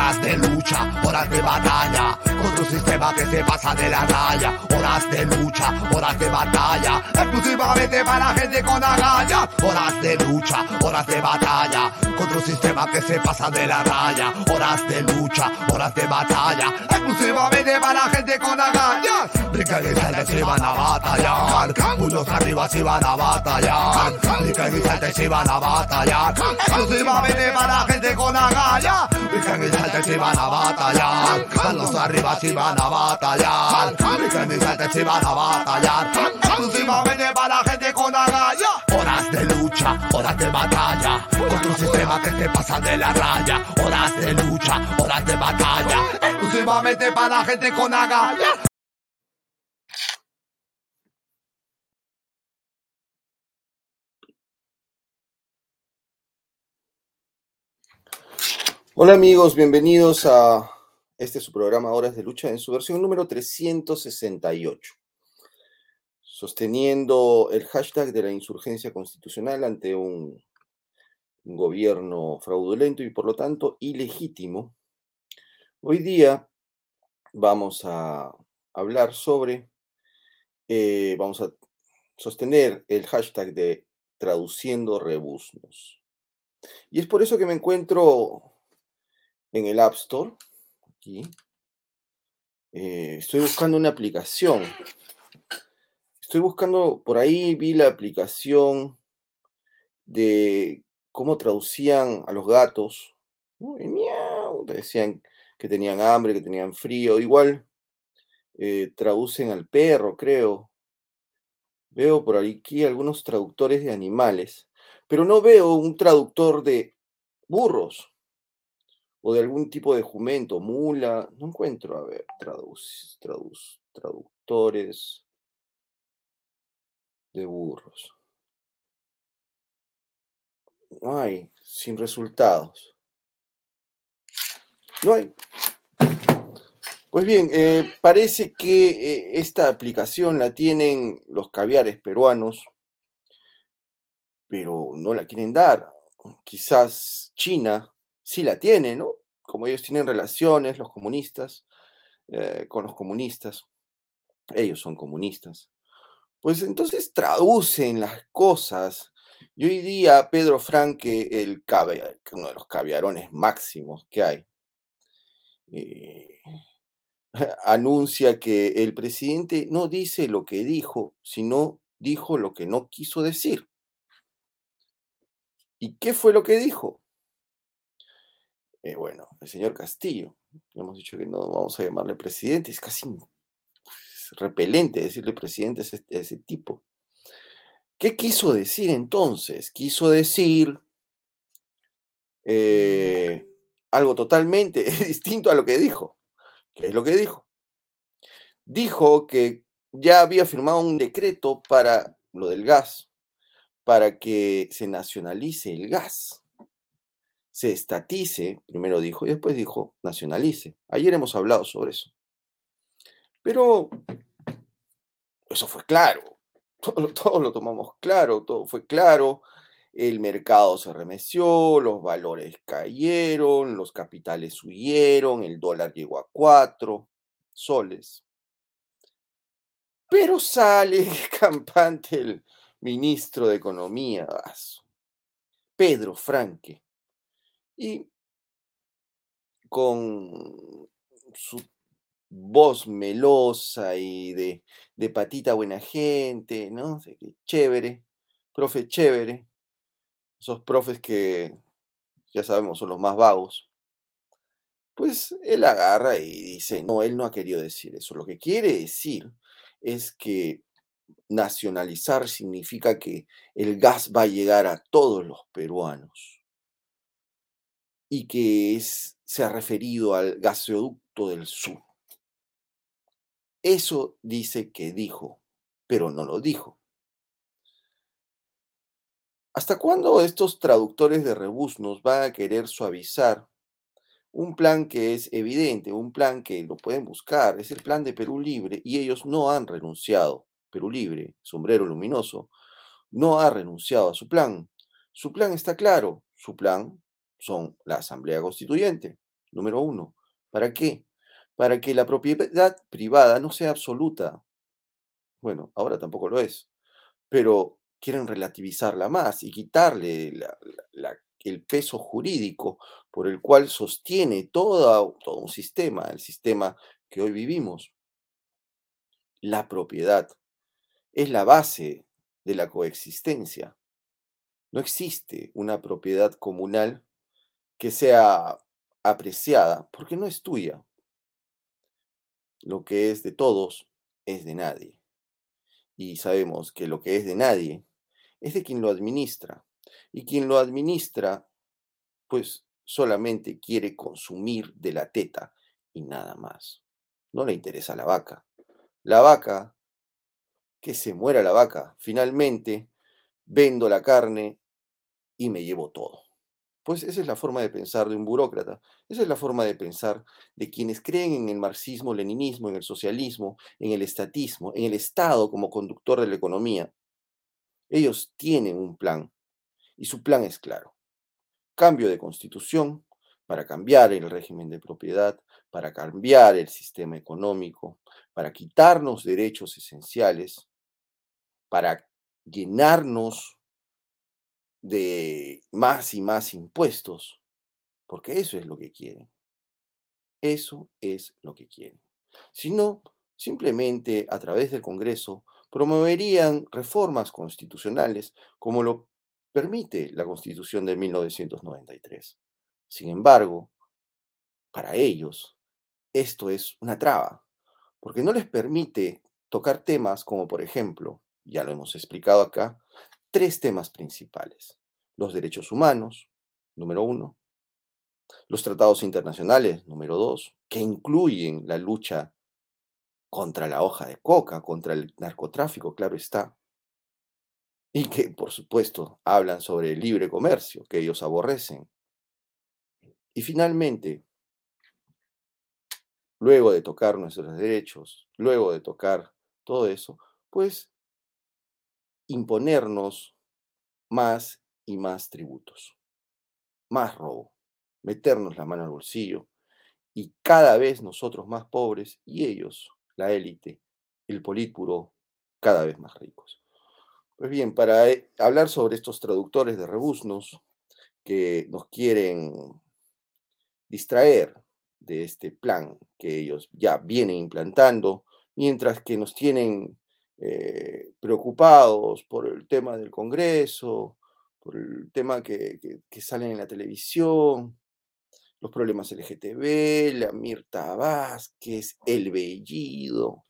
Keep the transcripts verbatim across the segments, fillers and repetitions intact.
Horas de lucha, horas de batalla, contra un sistema que se pasa de la raya. Horas de lucha, horas de batalla, exclusivamente para gente con agallas. Horas de lucha, horas de batalla, contra un sistema que se pasa de la raya. Horas de lucha, horas de batalla, exclusivamente para gente con agallas. Brincan y salten si van a batallar, puños arriba si van a batallar. Brincan y salten si van a batallar, exclusivamente para gente con agallas. Brincan y salten si van a batallar, manos arriba si van a batallar. Brincan y salten si van a batallar, exclusivamente para gente con agallas. Horas de lucha, horas de batalla, contra un sistema que se pasa de la raya. Horas de lucha, horas de batalla, exclusivamente para gente con agallas. Hola amigos, bienvenidos a este su programa Horas de Lucha en su versión número trescientos sesenta y ocho. Sosteniendo el hashtag de la insurgencia constitucional ante un, un gobierno fraudulento y por lo tanto ilegítimo, hoy día vamos a hablar sobre, eh, vamos a sostener el hashtag de traduciendo rebuznos. Y es por eso que me encuentro en el App Store, aquí. Eh, estoy buscando una aplicación. Estoy buscando, por ahí vi la aplicación de cómo traducían a los gatos, ¿no? Y miau, decían que tenían hambre, que tenían frío. Igual eh, traducen al perro, creo. Veo por aquí algunos traductores de animales, pero no veo un traductor de burros o de algún tipo de jumento, mula. No encuentro, a ver, traduc, traduc, traductores de burros. No hay, sin resultados. No hay. Pues bien, eh, parece que eh, esta aplicación la tienen los caviares peruanos, pero no la quieren dar. Quizás China sí la tiene, ¿no? Como ellos tienen relaciones, los comunistas, eh, con los comunistas, ellos son comunistas. Pues entonces traducen las cosas. Y hoy día Pedro Franque, el caviar, uno de los caviarones máximos que hay, eh, anuncia que el presidente no dice lo que dijo, sino dijo lo que no quiso decir. ¿Y qué fue lo que dijo? Eh, bueno, el señor Castillo, hemos dicho que no vamos a llamarle presidente, es casi repelente decirle presidente a ese, a ese tipo. ¿Qué quiso decir entonces? Quiso decir eh, algo totalmente distinto a lo que dijo. ¿Qué es lo que dijo? Dijo que ya había firmado un decreto para lo del gas, para que se nacionalice el gas, se estatice, primero dijo, y después dijo nacionalice. Ayer hemos hablado sobre eso. Pero eso fue claro, todos todo lo tomamos claro, todo fue claro. El mercado se remeció, los valores cayeron, los capitales huyeron, el dólar llegó a cuatro soles. Pero sale campante el ministro de Economía, Pedro Franque, y con su voz melosa y de, de patita buena gente, ¿no? Chévere, profe chévere, esos profes que ya sabemos son los más vagos, pues él agarra y dice, no, él no ha querido decir eso, lo que quiere decir es que nacionalizar significa que el gas va a llegar a todos los peruanos y que es, se ha referido al gasoducto del sur. Eso dice que dijo, pero no lo dijo. ¿Hasta cuándo estos traductores de rebuznos van a querer suavizar un plan que es evidente, un plan que lo pueden buscar, es el plan de Perú Libre, y ellos no han renunciado? Perú Libre, sombrero luminoso, no ha renunciado a su plan. Su plan está claro, su plan son la Asamblea Constituyente, número uno. ¿Para qué? Para que la propiedad privada no sea absoluta. Bueno, ahora tampoco lo es, pero quieren relativizarla más y quitarle la- la- la- el peso jurídico por el cual sostiene toda- todo un sistema, el sistema que hoy vivimos. La propiedad es la base de la coexistencia. No existe una propiedad comunal que sea apreciada porque no es tuya. Lo que es de todos es de nadie. Y sabemos que lo que es de nadie es de quien lo administra. Y quien lo administra, pues solamente quiere consumir de la teta y nada más. No le interesa la vaca. La vaca, que se muera la vaca. Finalmente, vendo la carne y me llevo todo. Pues esa es la forma de pensar de un burócrata, esa es la forma de pensar de quienes creen en el marxismo-leninismo, en el socialismo, en el estatismo, en el Estado como conductor de la economía. Ellos tienen un plan y su plan es claro. Cambio de constitución para cambiar el régimen de propiedad, para cambiar el sistema económico, para quitarnos derechos esenciales, para llenarnos de más y más impuestos, porque eso es lo que quieren. Eso es lo que quieren. Si no, simplemente a través del Congreso promoverían reformas constitucionales como lo permite la Constitución de mil novecientos noventa y tres. Sin embargo, para ellos, esto es una traba, porque no les permite tocar temas como, por ejemplo, ya lo hemos explicado acá, tres temas principales. Los derechos humanos, número uno, los tratados internacionales, número dos, que incluyen la lucha contra la hoja de coca, contra el narcotráfico, claro está, y que, por supuesto, hablan sobre el libre comercio, que ellos aborrecen. Y finalmente, luego de tocar nuestros derechos, luego de tocar todo eso, pues imponernos más y más tributos, más robo, meternos la mano al bolsillo y cada vez nosotros más pobres y ellos, la élite, el politburo, cada vez más ricos. Pues bien, para eh, hablar sobre estos traductores de rebuznos que nos quieren distraer de este plan que ellos ya vienen implantando, mientras que nos tienen eh, preocupados por el tema del Congreso, por el tema que, que, que salen en la televisión, los problemas L G T B, la Mirta Vázquez, el Bellido.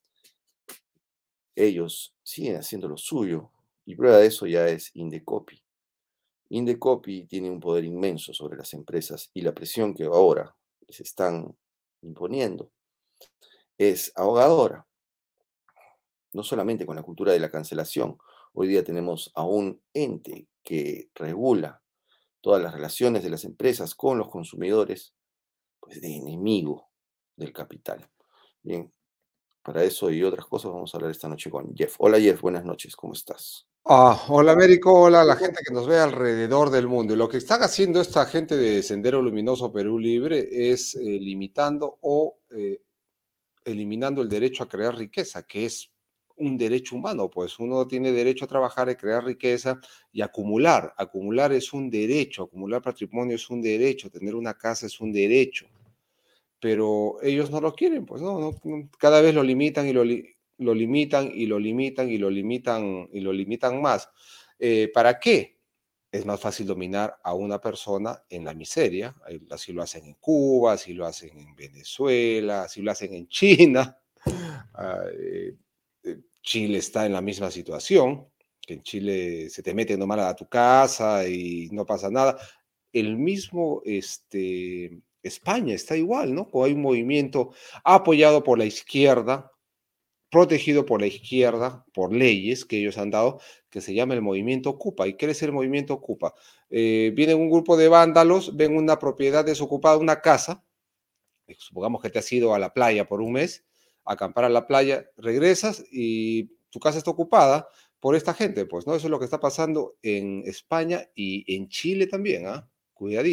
Ellos siguen haciendo lo suyo y prueba de eso ya es Indecopi. Indecopi tiene un poder inmenso sobre las empresas y la presión que ahora les están imponiendo es ahogadora, no solamente con la cultura de la cancelación. Hoy día tenemos a un ente que regula todas las relaciones de las empresas con los consumidores, pues de enemigo del capital. Bien, para eso y otras cosas vamos a hablar esta noche con Jeff. Hola Jeff, buenas noches, ¿cómo estás? Ah, hola Américo, hola a la gente que nos ve alrededor del mundo. Y lo que están haciendo esta gente de Sendero Luminoso Perú Libre es eh, limitando o eh, eliminando el derecho a crear riqueza, que es un derecho humano, pues uno tiene derecho a trabajar y crear riqueza y acumular. Acumular es un derecho, acumular patrimonio es un derecho, tener una casa es un derecho, pero ellos no lo quieren, pues no, no, no, cada vez lo limitan y lo, li- lo limitan y lo limitan y lo limitan y lo limitan más. Eh, ¿para qué? Es más fácil dominar a una persona en la miseria, eh, así lo hacen en Cuba, así lo hacen en Venezuela, así lo hacen en China. Ah, eh, eh, Chile está en la misma situación, que en Chile se te mete nomás a tu casa y no pasa nada. El mismo, este, España está igual, ¿no? O hay un movimiento apoyado por la izquierda, protegido por la izquierda, por leyes que ellos han dado, que se llama el movimiento Ocupa. ¿Y qué es el movimiento Ocupa? Eh, viene un grupo de vándalos, ven una propiedad desocupada, una casa, eh, supongamos que te has ido a la playa por un mes, a acampar a la playa, regresas y tu casa está ocupada por esta gente, pues, ¿no? Eso es lo que está pasando en España y en Chile también, ¿ah? Cuidadito.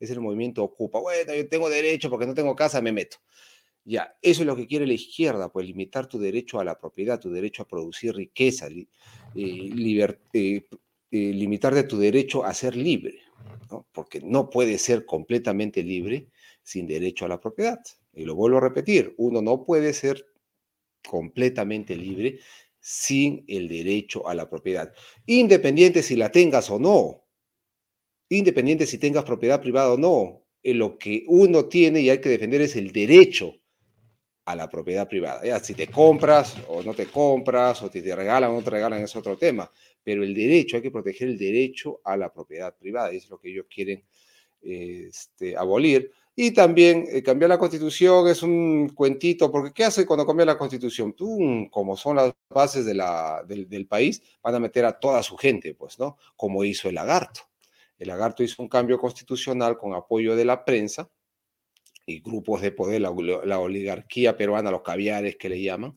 es el movimiento Ocupa. Bueno, yo tengo derecho porque no tengo casa, me meto. Ya, eso es lo que quiere la izquierda, pues limitar tu derecho a la propiedad, tu derecho a producir riqueza, li, eh, liber, eh, eh, limitar de tu derecho a ser libre, ¿no? Porque no puedes ser completamente libre sin derecho a la propiedad. Y lo vuelvo a repetir, uno no puede ser completamente libre sin el derecho a la propiedad, independiente si la tengas o no, independiente si tengas propiedad privada o no. En lo que uno tiene y hay que defender es el derecho a la propiedad privada. Ya, si te compras o no te compras, o te, te regalan o no te regalan, es otro tema. Pero el derecho, hay que proteger el derecho a la propiedad privada, y es lo que ellos quieren eh, este, abolir. Y también eh, cambiar la Constitución es un cuentito, porque ¿qué hace cuando cambia la Constitución? Tú, como son las bases de la, del, del país, van a meter a toda su gente, pues, ¿no? Como hizo el Lagarto. El Lagarto hizo un cambio constitucional con apoyo de la prensa y grupos de poder, la, la oligarquía peruana, los caviares que le llaman,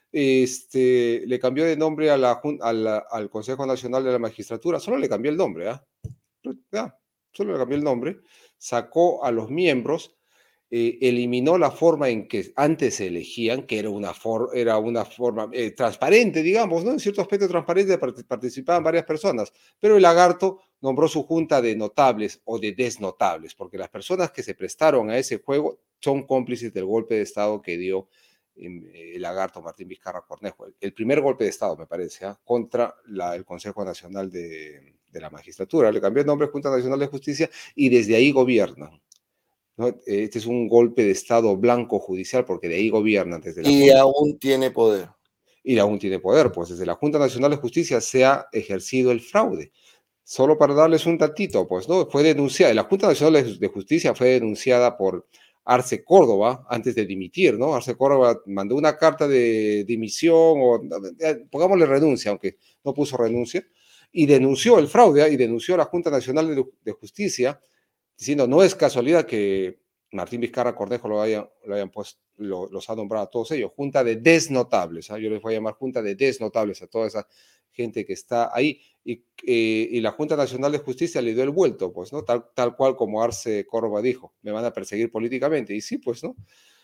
este, le cambió de nombre a la, a la, al Consejo Nacional de la Magistratura, solo le cambió el nombre, ¿ah? ¿eh? Solo le cambió el nombre, sacó a los miembros, eh, eliminó la forma en que antes se elegían, que era una, for, era una forma eh, transparente, digamos, ¿no? En cierto aspecto transparente participaban varias personas, pero el Lagarto nombró su junta de notables o de desnotables, porque las personas que se prestaron a ese juego son cómplices del golpe de Estado que dio eh, el Lagarto Martín Vizcarra Cornejo, el, el primer golpe de Estado, me parece, ¿eh? Contra la, el Consejo Nacional de, de la Magistratura. Le cambió el nombre Junta Nacional de Justicia y desde ahí gobiernan, ¿no? Este es un golpe de Estado blanco judicial porque de ahí gobiernan desde la y Junta. aún tiene poder. Y aún tiene poder, pues desde la Junta Nacional de Justicia se ha ejercido el fraude. Solo para darles un datito, pues, ¿no? Fue denunciada, la Junta Nacional de Justicia fue denunciada por Arce Córdoba antes de dimitir, ¿no? Arce Córdoba mandó una carta de dimisión o, pongámosle renuncia, aunque no puso renuncia, y denunció el fraude, ¿eh? Y denunció a la Junta Nacional de, de Justicia, diciendo, no es casualidad que Martín Vizcarra Cornejo lo hayan, lo hayan puesto, lo, los ha nombrado a todos ellos, Junta de Desnotables, ¿eh? Yo les voy a llamar Junta de Desnotables a toda esa gente que está ahí, y, eh, y la Junta Nacional de Justicia le dio el vuelto, pues, ¿no? Tal, tal cual como Arce Córdoba dijo, me van a perseguir políticamente, y sí, pues, ¿no?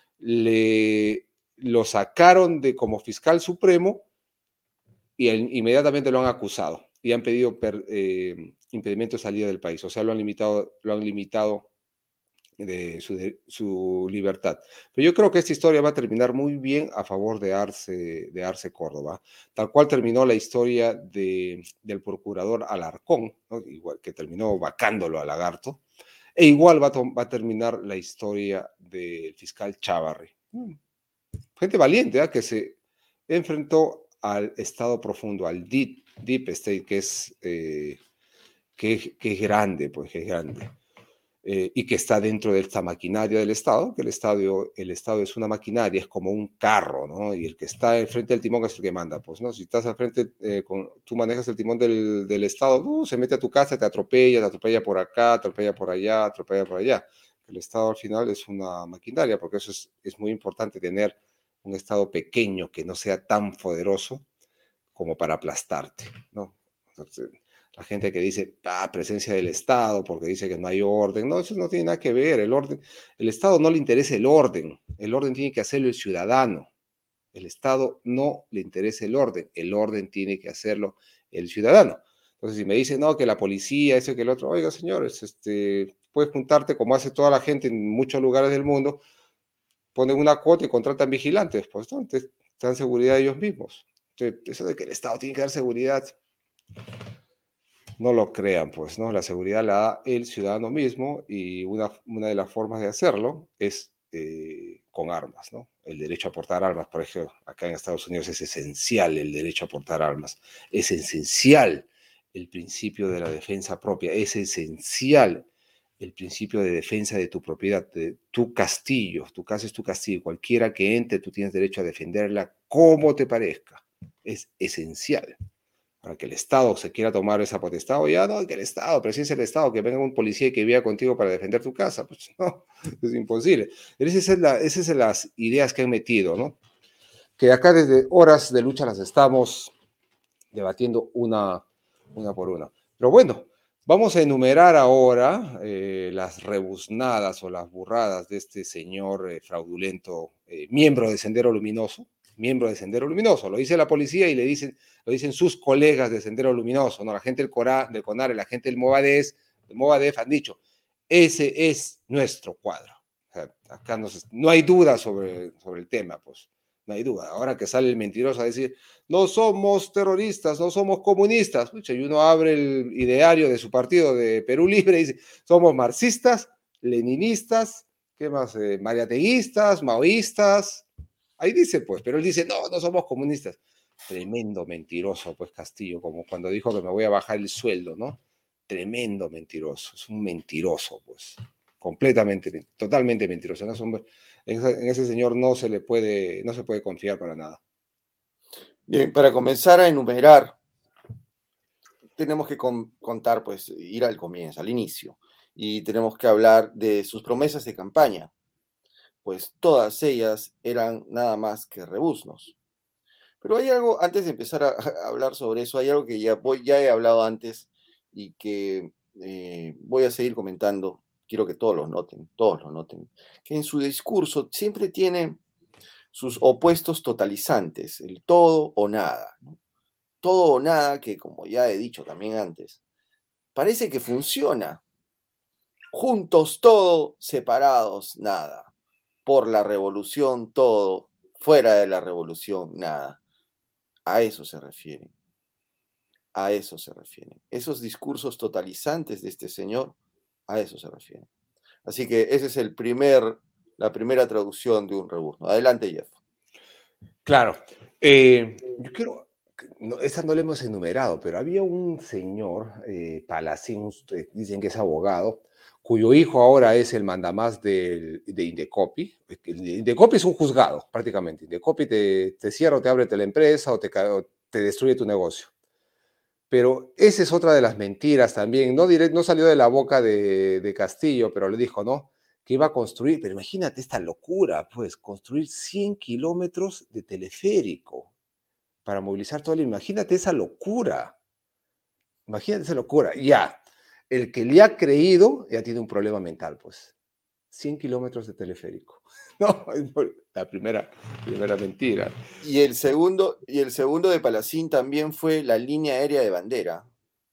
Le, lo sacaron de como fiscal supremo y el, inmediatamente lo han acusado y han pedido per, eh, impedimento de salida del país, o sea, lo han limitado, lo han limitado de su, de su libertad. Pero yo creo que esta historia va a terminar muy bien a favor de Arce, de Arce Córdoba, tal cual terminó la historia de, del procurador Alarcón, ¿no? Igual que terminó vacándolo a Lagarto, e igual va a, va a terminar la historia del fiscal Chávarri. Gente valiente, ¿eh? Que se enfrentó al Estado profundo, al Deep, deep State, que es, eh, que, que es grande, pues que es grande. Eh, y que está dentro de esta maquinaria del Estado, que el Estado, el Estado es una maquinaria, es como un carro, ¿no? Y el que está enfrente del timón es el que manda, pues, ¿no? Si estás al frente, eh, con, tú manejas el timón del, del Estado, uh, se mete a tu casa, te atropella, te atropella por acá, te atropella por allá, te atropella por allá. El Estado al final es una maquinaria, porque eso es, es muy importante tener un Estado pequeño que no sea tan poderoso como para aplastarte, ¿no? Entonces, la gente que dice, ah, presencia del Estado, porque dice que no hay orden. No, eso no tiene nada que ver. El orden, el Estado no le interesa el orden. El orden tiene que hacerlo el ciudadano. El Estado no le interesa el orden. El orden tiene que hacerlo el ciudadano. Entonces, si me dicen, no, que la policía, eso que el otro, oiga, señores, este, puedes juntarte como hace toda la gente en muchos lugares del mundo, ponen una cuota y contratan vigilantes, pues, ¿no? Entonces, dan seguridad a ellos mismos. Entonces, eso de que el Estado tiene que dar seguridad, no lo crean, pues, ¿no? La seguridad la da el ciudadano mismo y una, una de las formas de hacerlo es eh, con armas, ¿no? El derecho a portar armas, por ejemplo, acá en Estados Unidos es esencial el derecho a portar armas, es esencial el principio de la defensa propia, es esencial el principio de defensa de tu propiedad, de tu castillo, tu casa es tu castillo, cualquiera que entre, tú tienes derecho a defenderla como te parezca, es esencial. Para que el Estado se quiera tomar esa potestad, o ya no, que el Estado, presidencia del Estado, que venga un policía y que viva contigo para defender tu casa, pues no, es imposible. Pero esas son, la, esas son las ideas que han metido, ¿no? Que acá desde horas de lucha las estamos debatiendo una, una por una. Pero bueno, Vamos a enumerar ahora eh, las rebuznadas o las burradas de este señor eh, fraudulento, eh, miembro de Sendero Luminoso, miembro de Sendero Luminoso. Lo dice la policía y le dicen, lo dicen sus colegas de Sendero Luminoso, ¿no? La gente del, Cora, del CONARE, la gente del Movadef, del Movadef han dicho, ese es nuestro cuadro. O sea, acá no, se, no hay duda sobre, sobre el tema, pues. No hay duda. Ahora que sale el mentiroso a decir, no somos terroristas, no somos comunistas. Pucha, y uno abre el ideario de su partido de Perú Libre y dice, somos marxistas, leninistas, ¿qué más? Eh, mariateguistas, maoístas. Ahí dice, pues, pero él dice, no, no somos comunistas. Tremendo mentiroso, pues, Castillo, como cuando dijo que me voy a bajar el sueldo, ¿no? Tremendo mentiroso, es un mentiroso, pues, completamente, totalmente mentiroso. ¿No? En ese, en ese señor no se le puede, no se puede confiar para nada. Bien, para comenzar a enumerar, tenemos que con, contar, pues, ir al comienzo, al inicio, y tenemos que hablar de sus promesas de campaña, pues todas ellas eran nada más que rebuznos. Pero hay algo, antes de empezar a, a hablar sobre eso, hay algo que ya, voy, ya he hablado antes y que eh, voy a seguir comentando, quiero que todos lo noten, todos lo noten, que en su discurso siempre tiene sus opuestos totalizantes, el todo o nada, ¿no? Todo o nada, que como ya he dicho también antes, parece que funciona. Juntos todo, separados nada. Por la revolución todo, fuera de la revolución nada. A eso se refieren. A eso se refieren. Esos discursos totalizantes de este señor, a eso se refieren. Así que esa es el primer, la primera traducción de un rebuzno. Adelante, Jeff. Claro. Eh, yo quiero, no, esa no la hemos enumerado, pero había un señor, eh, Palacín, dicen que es abogado, cuyo hijo ahora es el mandamás de, de Indecopi. Indecopi es un juzgado, prácticamente. Indecopi te, te cierra o te abre la empresa o te, o te destruye tu negocio. Pero esa es otra de las mentiras también. No, diré, no salió de la boca de, de Castillo, pero le dijo, ¿no? Que iba a construir, pero imagínate esta locura, pues, construir cien kilómetros de teleférico para movilizar todo el... Imagínate esa locura. Imagínate esa locura. Ya, el que le ha creído ya tiene un problema mental, pues. cien kilómetros de teleférico. No, la primera, primera mentira. Y el segundo, y el segundo de Palacín también fue la línea aérea de bandera.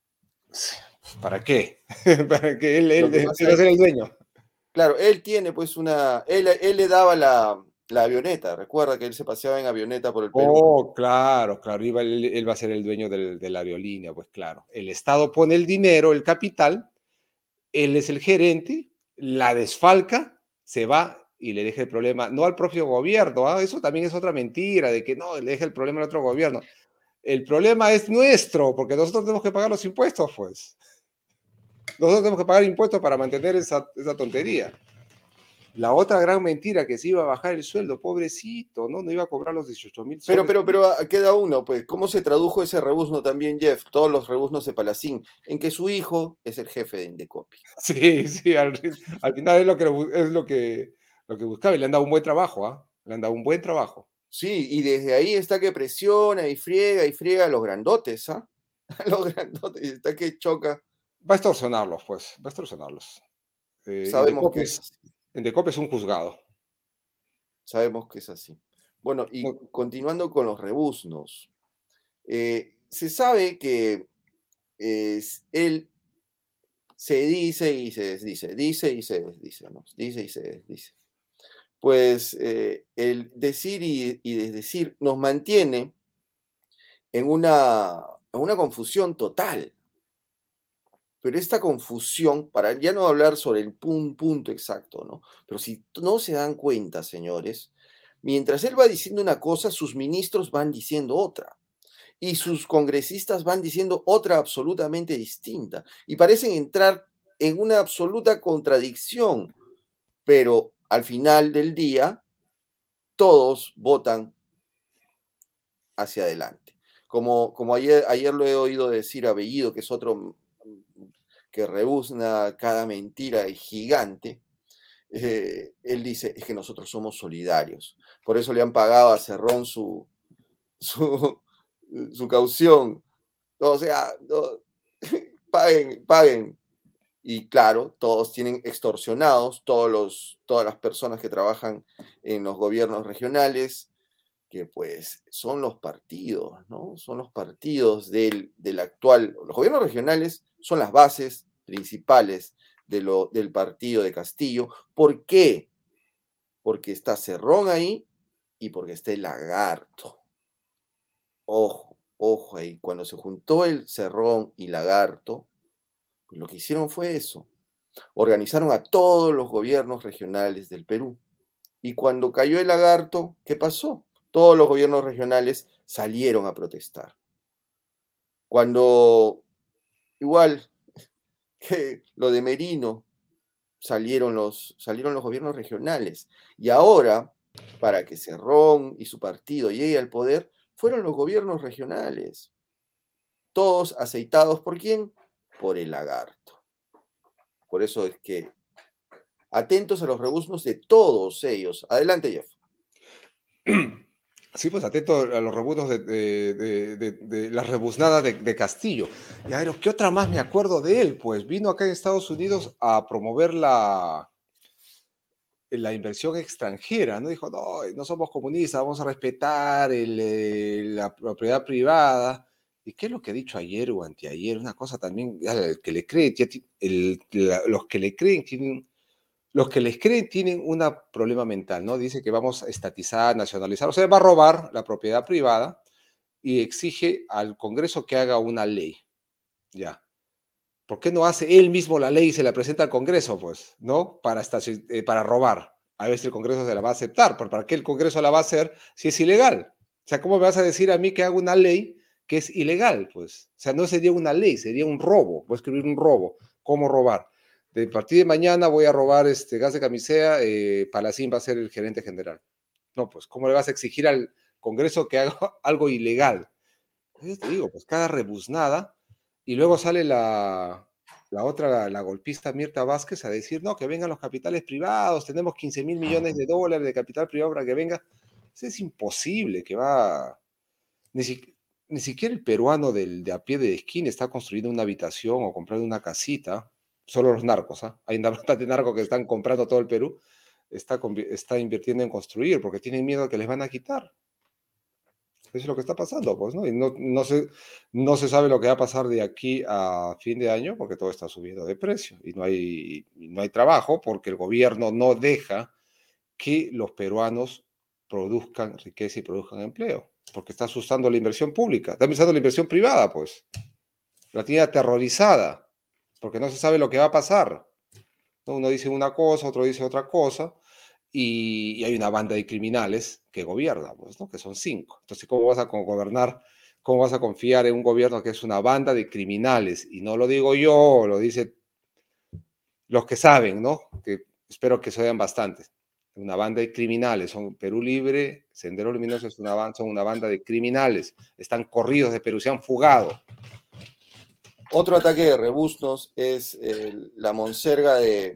¿Para qué? Para que él, él, él quiere ser el dueño. Claro, él tiene pues una, él, él le daba la, la avioneta, recuerda que él se paseaba en avioneta por el Perú. Oh, claro, claro, iba, él, él va a ser el dueño del, de la aerolínea, pues claro. El Estado pone el dinero, el capital, él es el gerente, la desfalca, se va y le deja el problema, no al propio gobierno, ¿ah? Eso también es otra mentira, de que no, le deja el problema al otro gobierno. El problema es nuestro, porque nosotros tenemos que pagar los impuestos, pues. Nosotros tenemos que pagar impuestos para mantener esa, esa tontería. La otra gran mentira, que se iba a bajar el sueldo, pobrecito, ¿no? No iba a cobrar los dieciocho mil soles. Pero, pero, pero queda uno, pues, ¿cómo se tradujo ese rebuzno también, Jeff? Todos los rebuznos de Palacín, en que su hijo es el jefe de Indecopi. Sí, sí, al, al final es lo que, es lo que, lo que buscaba y le han dado un buen trabajo, ¿ah? ¿eh? Le han dado un buen trabajo. Sí, y desde ahí está que presiona y friega y friega a los grandotes, ¿ah? ¿eh? A los grandotes, está que choca. Va a extorsionarlos, pues, va a extorsionarlos. Eh, Sabemos que es así. Indecopi es un juzgado. Sabemos que es así. Bueno, y no. Continuando con los rebuznos, eh, se sabe que eh, él se dice y se desdice, dice y se desdice, ¿no? Dice y se desdice. Pues eh, el decir y, y desdecir nos mantiene en una, en una confusión total. Pero esta confusión, para ya no hablar sobre el pun, punto exacto, ¿no? Pero si no se dan cuenta, señores, mientras él va diciendo una cosa, sus ministros van diciendo otra. Y sus congresistas van diciendo otra absolutamente distinta. Y parecen entrar en una absoluta contradicción. Pero al final del día, todos votan hacia adelante. Como, como ayer, ayer lo he oído decir a Bellido, que es otro que rebuzna cada mentira gigante, eh, él dice, es que nosotros somos solidarios. Por eso le han pagado a Cerrón su, su, su caución. O sea, no, paguen, paguen. Y claro, todos tienen extorsionados, todos los, todas las personas que trabajan en los gobiernos regionales, que pues son los partidos, ¿no? Son los partidos del, del actual, los gobiernos regionales son las bases principales de lo, del partido de Castillo. ¿Por qué? Porque está Cerrón ahí y porque está el Lagarto. Ojo, ojo ahí, cuando se juntó el Cerrón y Lagarto, pues lo que hicieron fue eso. Organizaron a todos los gobiernos regionales del Perú. Y cuando cayó el Lagarto, ¿qué pasó? Todos los gobiernos regionales salieron a protestar. Cuando, igual que lo de Merino, salieron los, salieron los gobiernos regionales. Y ahora, para que Cerrón y su partido llegue al poder, fueron los gobiernos regionales. Todos aceitados ¿por quién? Por el Lagarto. Por eso es que atentos a los rebuznos de todos ellos. Adelante, Jeff. Sí, pues atento a los rebuznos de, de, de, de, de las rebuznadas de, de Castillo. Y a ver, ¿qué otra más me acuerdo de él? Pues vino acá en Estados Unidos a promover la, la inversión extranjera, ¿no? Dijo, no, no somos comunistas, vamos a respetar el, el, la propiedad privada. ¿Y qué es lo que he dicho ayer o anteayer? Una cosa también, el que le cree, el, la, los que le creen tienen... Los que les creen tienen un problema mental, ¿no? Dice que vamos a estatizar, nacionalizar, o sea, va a robar la propiedad privada y exige al Congreso que haga una ley. Ya. ¿Por qué no hace él mismo la ley y se la presenta al Congreso, pues, ¿no? Para, eh, para robar. A veces el Congreso se la va a aceptar, pero ¿para qué el Congreso la va a hacer si es ilegal? O sea, ¿cómo me vas a decir a mí que haga una ley que es ilegal? Pues, o sea, no sería una ley, sería un robo. Voy a escribir un robo. ¿Cómo robar? De partir de mañana voy a robar este gas de camisea, eh, Palacín va a ser el gerente general. No, pues, ¿cómo le vas a exigir al Congreso que haga algo ilegal? Yo te digo, pues cada rebuznada, y luego sale la, la otra, la, la golpista Mirta Vázquez a decir, no, que vengan los capitales privados, tenemos quince mil millones de dólares de capital privado para que venga. Eso es imposible que va... Ni, si, ni siquiera el peruano del, de a pie de esquina está construyendo una habitación o comprando una casita. Solo los narcos, ¿ah? ¿eh? Hay bastantes narcos que están comprando todo el Perú, está, está invirtiendo en construir porque tienen miedo que les van a quitar. Eso es lo que está pasando, pues, ¿no? Y no, no, se, no se sabe lo que va a pasar de aquí a fin de año porque todo está subiendo de precio y no hay, y no hay trabajo porque el gobierno no deja que los peruanos produzcan riqueza y produzcan empleo porque está asustando la inversión pública, está asustando la inversión privada, pues. La tiene aterrorizada porque no se sabe lo que va a pasar. Uno dice una cosa, otro dice otra cosa, y, y hay una banda de criminales que gobierna, pues, ¿no? Que son cinco. Entonces, ¿cómo vas a gobernar? ¿Cómo vas a confiar en un gobierno que es una banda de criminales? Y no lo digo yo, lo dicen los que saben, ¿no? Que espero que sean bastantes. Una banda de criminales, son Perú Libre, Sendero Luminoso es una banda, son una banda de criminales, están corridos de Perú, se han fugado. Otro ataque de rebusnos es eh, la monserga de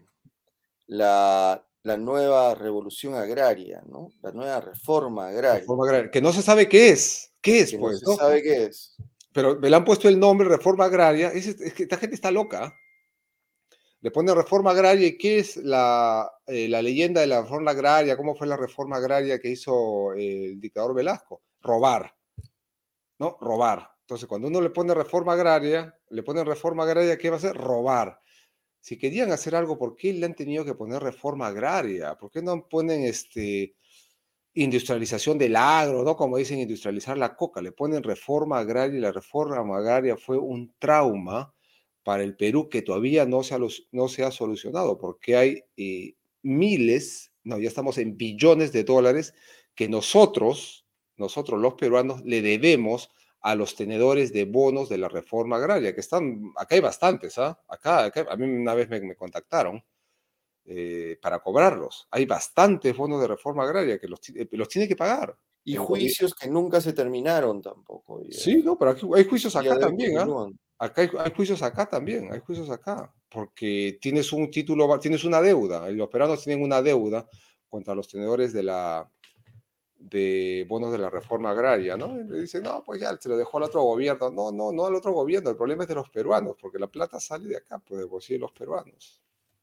la, la nueva revolución agraria, ¿no? La nueva reforma agraria. Reforma agraria, que no se sabe qué es. ¿Qué es, que pues? No se ¿no? sabe qué es. Pero me le han puesto el nombre Reforma Agraria. Es, es que esta gente está loca. Le pone Reforma Agraria y ¿qué es la, eh, la leyenda de la Reforma Agraria? ¿Cómo fue la Reforma Agraria que hizo eh, el dictador Velasco? Robar. ¿No? Robar. Entonces, cuando uno le pone Reforma Agraria, le pone Reforma Agraria, ¿qué va a hacer? Robar. Si querían hacer algo, ¿por qué le han tenido que poner Reforma Agraria? ¿Por qué no ponen este... industrialización del agro, ¿no? Como dicen, industrializar la coca, le ponen reforma agraria y la reforma agraria fue un trauma para el Perú que todavía no se ha, no se ha solucionado, porque hay eh, miles, no, ya estamos en billones de dólares que nosotros, nosotros los peruanos, le debemos a los tenedores de bonos de la reforma agraria, que están, acá hay bastantes, ¿ah? ¿eh? Acá, acá, a mí una vez me, me contactaron, Eh, para cobrarlos. Hay bastantes fondos de reforma agraria que los, eh, los tiene que pagar. Y juicios que nunca se terminaron tampoco. Sí, no, pero aquí hay juicios acá también. ¿eh? Acá hay, hay juicios acá también, hay juicios acá, porque tienes un título, tienes una deuda, y los peruanos tienen una deuda contra los tenedores de la, de bonos de la reforma agraria, ¿no? Y le dicen, no, pues ya se lo dejó al otro gobierno. No, no, no al otro gobierno, el problema es de los peruanos, porque la plata sale de acá, pues de bolsillo de los peruanos.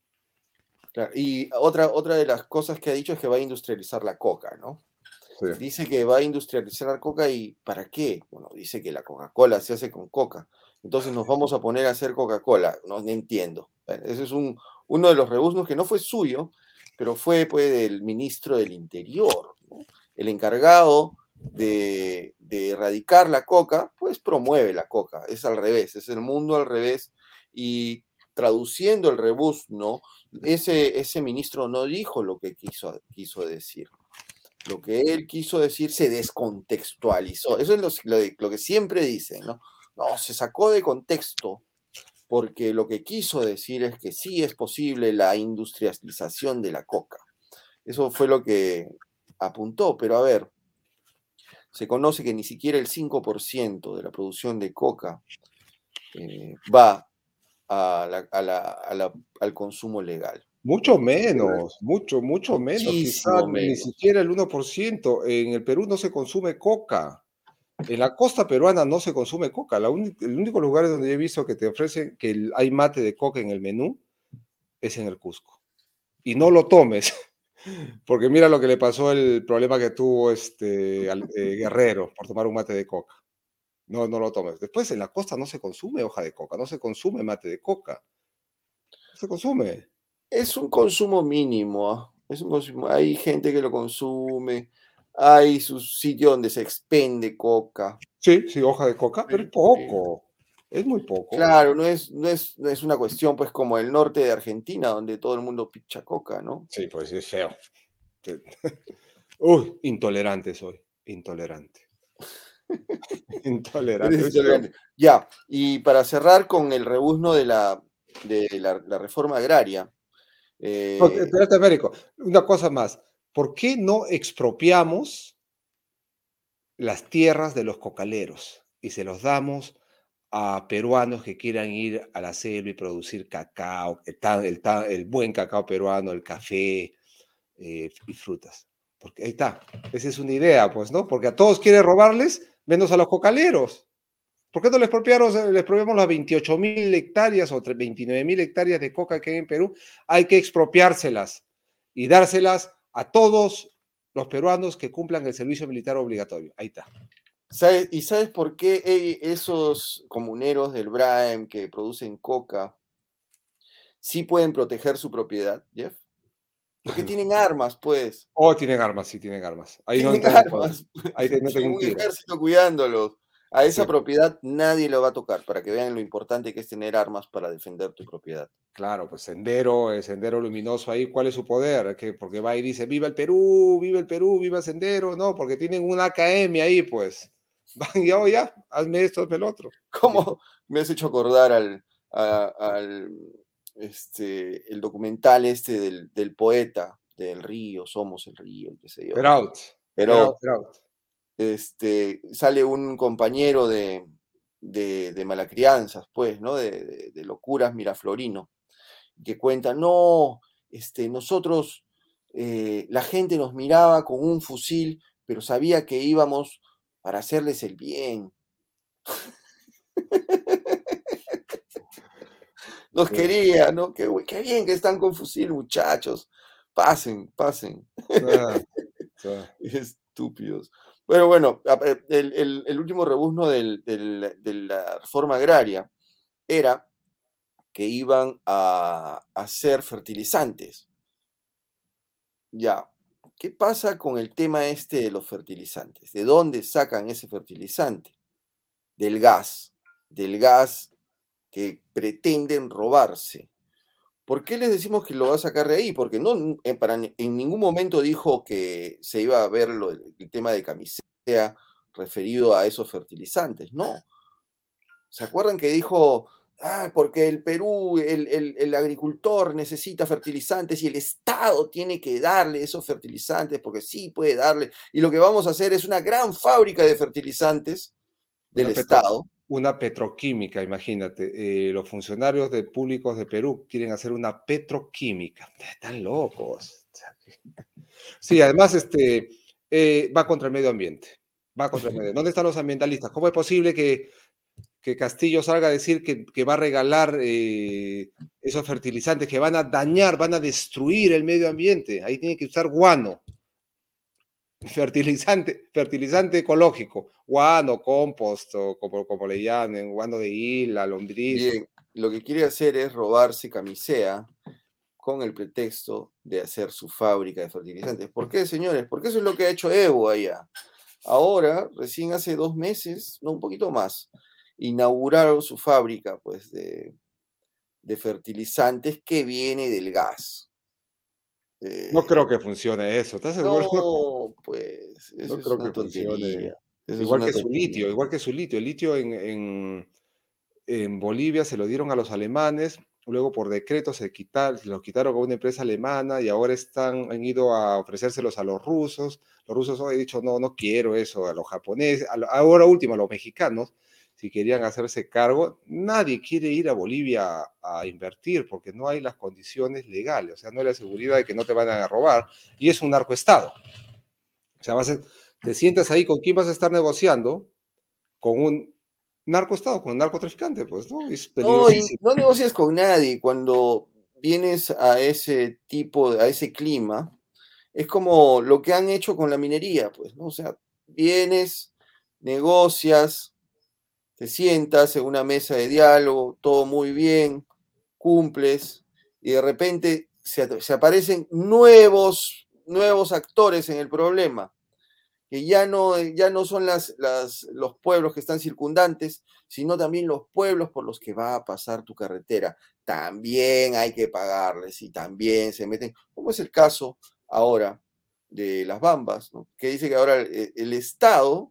Claro, y otra, otra de las cosas que ha dicho es que va a industrializar la coca, ¿no? Sí. Dice que va a industrializar la coca y ¿para qué? Bueno, dice que la Coca-Cola se hace con coca. Entonces nos vamos a poner a hacer Coca-Cola. No, no entiendo. Bueno, ese es un, uno de los rebuznos que no fue suyo, pero fue pues, del ministro del Interior, ¿no? El encargado de, de erradicar la coca, pues promueve la coca. Es al revés, es el mundo al revés. Y traduciendo el rebuzno, ese, ese ministro no dijo lo que quiso, quiso decir. Lo que él quiso decir se descontextualizó. Eso es lo, lo, lo que siempre dicen, ¿no? No, se sacó de contexto porque lo que quiso decir es que sí es posible la industrialización de la coca. Eso fue lo que apuntó, pero a ver, se conoce que ni siquiera el cinco por ciento de la producción de coca eh, va a la, a la, a la, al consumo legal. Mucho menos, mucho, mucho menos. Quizás Muchísimo ni menos. siquiera el uno por ciento. En el Perú no se consume coca. En la costa peruana no se consume coca. La uni- el único lugar donde he visto que te ofrecen que el- hay mate de coca en el menú es en el Cusco. Y no lo tomes, porque mira lo que le pasó, el problema que tuvo este al- eh, Guerrero por tomar un mate de coca. No, no lo tomes. Después en la costa no se consume hoja de coca, no se consume mate de coca. No se consume. Es un consumo mínimo, ¿ah? Es un consumo. Hay gente que lo consume, hay sus sitios donde se expende coca. Sí, sí, hoja de coca, pero es Sí, sí. poco. Es muy poco. Claro, no es, no es, no es una cuestión pues como el norte de Argentina, donde todo el mundo picha coca, ¿no? Sí, pues es feo. Te- Uy, intolerante soy. Intolerante. Intolerante. Eres Es feo. intolerante. Ya, y para cerrar con el rebuzno de la, de la, la reforma agraria, No, eh, espérate, Américo. Una cosa más. ¿Por qué no expropiamos las tierras de los cocaleros y se los damos a peruanos que quieran ir a la selva y producir cacao, el, tan- el tan- el buen cacao peruano, el café eh, y frutas? Porque ahí está. Esa es una idea, pues, ¿no? Porque a todos quiere robarles, menos a los cocaleros. ¿Por qué no les expropiamos, les expropiamos las veintiocho mil hectáreas o veintinueve mil hectáreas de coca que hay en Perú? Hay que expropiárselas y dárselas a todos los peruanos que cumplan el servicio militar obligatorio. Ahí está. ¿sabes? ¿Y sabes por qué eh, esos comuneros del Braem que producen coca sí pueden proteger su propiedad, Jeff? Porque tienen armas, pues. Oh, tienen armas, sí, tienen armas. Ahí no Tienen entré en juego. armas. Ahí te meten Tienen un un tiro. ejército cuidándolos. A esa Sí, propiedad nadie lo va a tocar, para que vean lo importante que es tener armas para defender tu propiedad. claro, pues Sendero, el Sendero Luminoso ahí, ¿cuál es su poder? Que porque va y dice, viva el Perú, viva el Perú, viva Sendero. No, porque tienen una A K M ahí, pues. Van y, oh, ya, hazme esto, hazme el otro. Listo. ¿Cómo me has hecho acordar al, a- al este, el documental este del, del poeta del río, Somos el río, qué sé yo? Peralt, Peralt, Pero Peralt. este, sale un compañero de, de, de malacrianzas, pues, ¿no? De, de, de locuras Miraflorino, que cuenta, no, este, nosotros, eh, la gente nos miraba con un fusil, pero sabía que íbamos para hacerles el bien. Nos Sí, quería, ¿no? Qué, bu- qué bien que están con fusil, muchachos. Pasen, pasen. ah, sí. Estúpidos. Bueno, bueno, a- eh, el, el- el último rebuzno del- del- de la reforma agraria era que iban a hacer fertilizantes. Ya, ¿qué pasa con el tema este de los fertilizantes? ¿De dónde sacan ese fertilizante? Del gas, del gas que pretenden robarse. ¿Por qué les decimos que lo va a sacar de ahí? Porque no, en, para, en ningún momento dijo que se iba a ver lo, el tema de camisea referido a esos fertilizantes, no. ¿Se acuerdan que dijo, ah, porque el Perú, el, el, el agricultor necesita fertilizantes y el Estado tiene que darle esos fertilizantes porque sí puede darle, y lo que vamos a hacer es una gran fábrica de fertilizantes del Una, petro, Estado? una petroquímica, imagínate. Eh, los funcionarios de públicos de Perú quieren hacer una petroquímica. Están locos. Sí, además, este, eh, va contra el medio ambiente. Va contra el medio. ¿Dónde están los ambientalistas? ¿Cómo es posible que, que Castillo salga a decir que, que va a regalar eh, esos fertilizantes que van a dañar, van a destruir el medio ambiente? Ahí tiene que usar guano, fertilizante, fertilizante ecológico, guano, compost, o como, como le llamen, guano de hila, lombriz. Bien, lo que quiere hacer es robarse camisea con el pretexto de hacer su fábrica de fertilizantes. ¿Por qué, señores? Porque eso es lo que ha hecho Evo allá. Ahora, recién hace dos meses, no, un poquito más, inauguraron su fábrica, pues, de, de fertilizantes que viene del gas. No Eh, creo que funcione eso, ¿estás seguro? no, pues, eso No es creo una que funcione. tontería. Eso es Igual una que su litio, tontería. igual que su litio. El litio en, en, en Bolivia se lo dieron a los alemanes, luego por decreto se, quitar, se lo quitaron a una empresa alemana y ahora están, han ido a ofrecérselos a los rusos. Los rusos han dicho, no, no quiero eso, a los japoneses, a lo, ahora último a los mexicanos, si querían hacerse cargo. Nadie quiere ir a Bolivia a, a invertir porque no hay las condiciones legales, o sea, no hay la seguridad de que no te van a robar y es un narcoestado. O sea, vas a, te sientas ahí con quién vas a estar negociando, con un narcoestado, con un narcotraficante, pues, ¿no? Es No, y peligrosísimo. no negocias con nadie cuando vienes a ese tipo, a ese clima. Es como lo que han hecho con la minería, pues, ¿no? O sea, vienes, negocias, te sientas en una mesa de diálogo, todo muy bien, cumples, y de repente se, se aparecen nuevos, nuevos actores en el problema, que ya no, ya no son las, las, los pueblos que están circundantes, sino también los pueblos por los que va a pasar tu carretera. También hay que pagarles y también se meten, como es el caso ahora de las Bambas, ¿no? Que dice que ahora el, el Estado,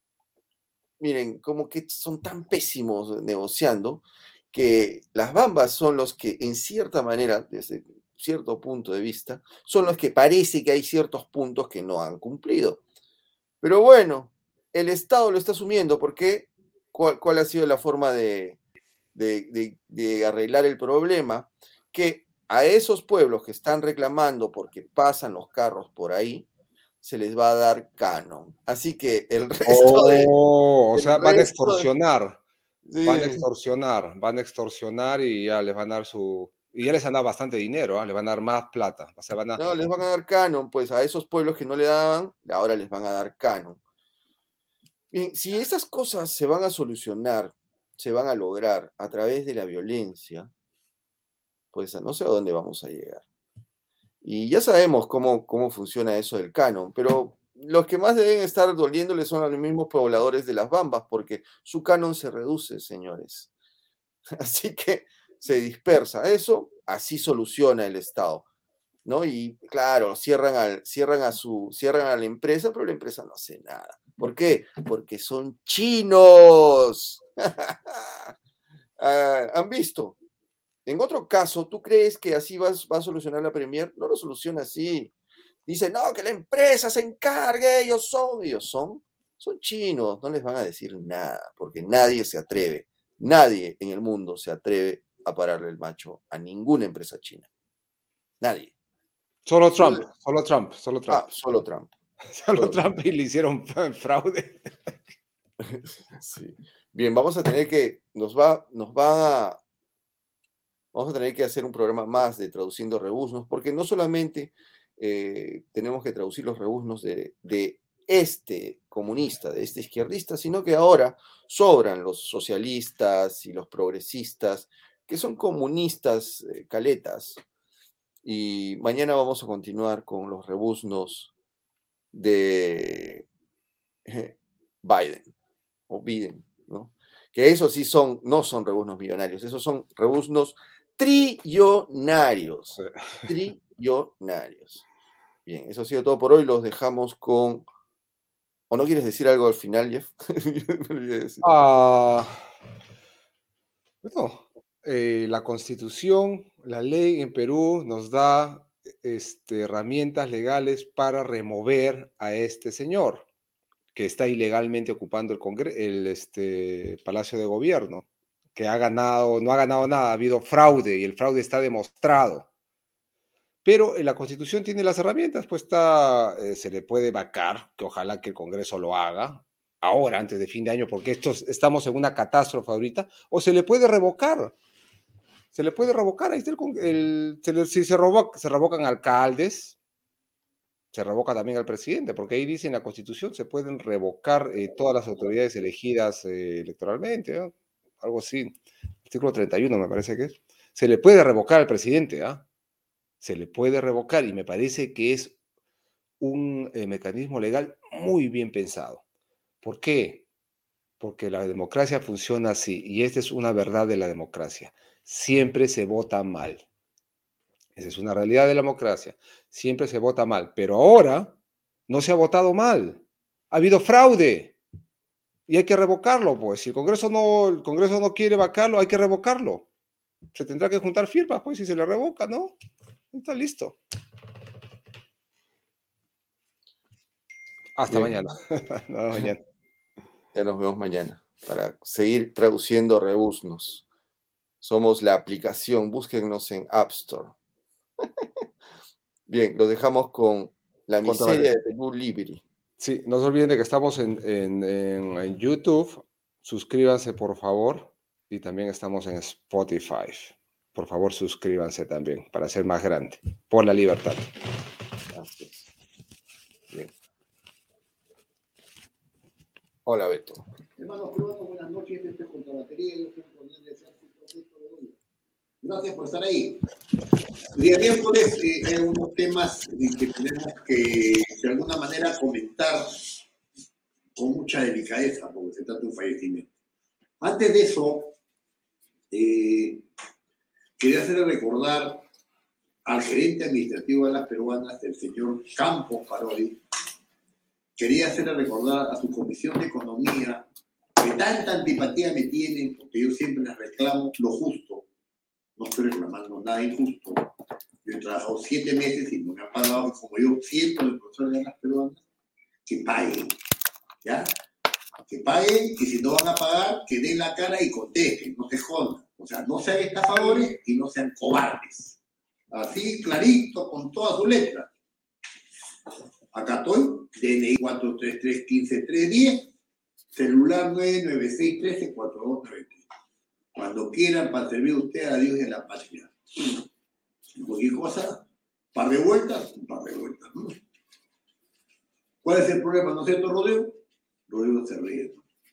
miren, como que son tan pésimos negociando, que las Bambas son los que, en cierta manera, desde cierto punto de vista, son los que parece que hay ciertos puntos que no han cumplido. Pero bueno, el Estado lo está asumiendo porque ¿cuál, cuál ha sido la forma de, de, de, de arreglar el problema? Que a esos pueblos que están reclamando porque pasan los carros por ahí, se les va a dar canon. Así que el resto de... Oh, o El sea, van a resto de, extorsionar, van a sí, extorsionar, van a extorsionar y ya les van a dar su... Y ya les han dado bastante dinero, ¿eh? Les van a dar más plata. O sea, van a... no, les van a dar canon, pues a esos pueblos que no le daban, ahora les van a dar canon. Bien, si esas cosas se van a solucionar, se van a lograr a través de la violencia, pues no sé a dónde vamos a llegar. Y ya sabemos cómo, cómo funciona eso del canon, pero los que más deben estar doliéndoles son a los mismos pobladores de las Bambas, porque su canon se reduce, señores. Así que se dispersa. Eso así soluciona el Estado, ¿no? Y claro, cierran, al, cierran, a su, cierran a la empresa, pero la empresa no hace nada. ¿Por qué? Porque son chinos. ah, ¿Han visto? En otro caso, ¿tú crees que así va, va a solucionar la Premier? No lo soluciona así. Dice, no, que la empresa se encargue, ellos son, ellos son, son chinos, no les van a decir nada, porque nadie se atreve, nadie en el mundo se atreve a pararle el macho a ninguna empresa china. Nadie. Solo No Trump, le- solo Trump, solo Trump. ah, solo Trump. Solo Solo Trump. Trump y le hicieron fraude. Sí. Bien, vamos a tener que, nos va, nos va a, vamos a tener que hacer un programa más de traduciendo rebuznos, porque no solamente eh, tenemos que traducir los rebuznos de, de este comunista, de este izquierdista, sino que ahora sobran los socialistas y los progresistas, que son comunistas eh, caletas. Y mañana vamos a continuar con los rebuznos de eh, Biden o Biden, ¿no? Que esos sí son, no son rebuznos millonarios, esos son rebuznos trillonarios. Trillonarios. Bien, eso ha sido todo por hoy. Los dejamos con. ¿O no quieres decir algo al final, Jeff? Me olvidé de decir. Ah, bueno, eh, la Constitución, la ley en Perú nos da este, herramientas legales para remover a este señor que está ilegalmente ocupando el, Congre el este, Palacio de Gobierno, que ha ganado, no ha ganado nada, ha habido fraude y el fraude está demostrado. Pero eh, la Constitución tiene las herramientas, pues está, eh, se le puede vacar, que ojalá que el Congreso lo haga, ahora, antes de fin de año, porque estos, estamos en una catástrofe ahorita, o se le puede revocar, se le puede revocar, ahí está el, el se le, si se, revoca, se revocan alcaldes, se revoca también al presidente, porque ahí dice en la Constitución se pueden revocar eh, todas las autoridades elegidas eh, electoralmente, ¿eh? Algo así, artículo treinta y uno me parece que es, se le puede revocar al presidente, ¿ah? ¿eh? Se le puede revocar y me parece que es un eh, mecanismo legal muy bien pensado. ¿Por qué? Porque la democracia funciona así y esta es una verdad de la democracia. Siempre se vota mal. Esa es una realidad de la democracia. Siempre se vota mal, pero ahora no se ha votado mal. Ha habido fraude y hay que revocarlo, pues. Si el Congreso no, el Congreso no quiere vacarlo, hay que revocarlo. Se tendrá que juntar firmas, pues, si se le revoca, ¿no? Está listo. Hasta Bien. mañana. No, mañana. Ya nos vemos mañana para seguir traduciendo rebuznos. Somos la aplicación. Búsquennos en App Store. Bien, lo dejamos con la miseria de Perú Libre. Sí, no se olviden de que estamos en, en, en, en YouTube. Suscríbanse, por favor. Y también estamos en Spotify. Por favor, suscríbanse también para ser más grande. Por la libertad. Gracias. Bien. Hola, Beto. Hermanos peruanos, buenas noches. Este es Contrabatería. Yo soy el coronel de Ejército Beto Bedoya. Gracias por estar ahí. El día miércoles eh, hay unos temas que tenemos que, de alguna manera, comentar con mucha delicadeza, porque se trata de un fallecimiento. Antes de eso, eh, quería hacerle recordar al gerente administrativo de las peruanas, el señor Campos Parodi. Quería hacerle recordar a su comisión de economía que tanta antipatía me tienen, porque yo siempre les reclamo lo justo. No estoy reclamando nada injusto. Yo he trabajado siete meses y no me han pagado, como yo, cientos de profesores de las peruanas, que paguen. ¿Ya? Que paguen, y si no van a pagar, que den la cara y contesten, no se jodan. O sea, no sean estafadores y no sean cobardes. Así, clarito, con todas sus letras. Acá estoy, D N I cuatro tres tres uno cinco tres uno cero, celular nueve nueve seis uno tres cuatro dos nueve tres. Cuando quieran, para servir a usted, a Dios y a la patria. Cualquier cosa, un par de vueltas, un par de vueltas. ¿No? ¿Cuál es el problema? ¿No es cierto, Rodrigo? Rodrigo se ríe.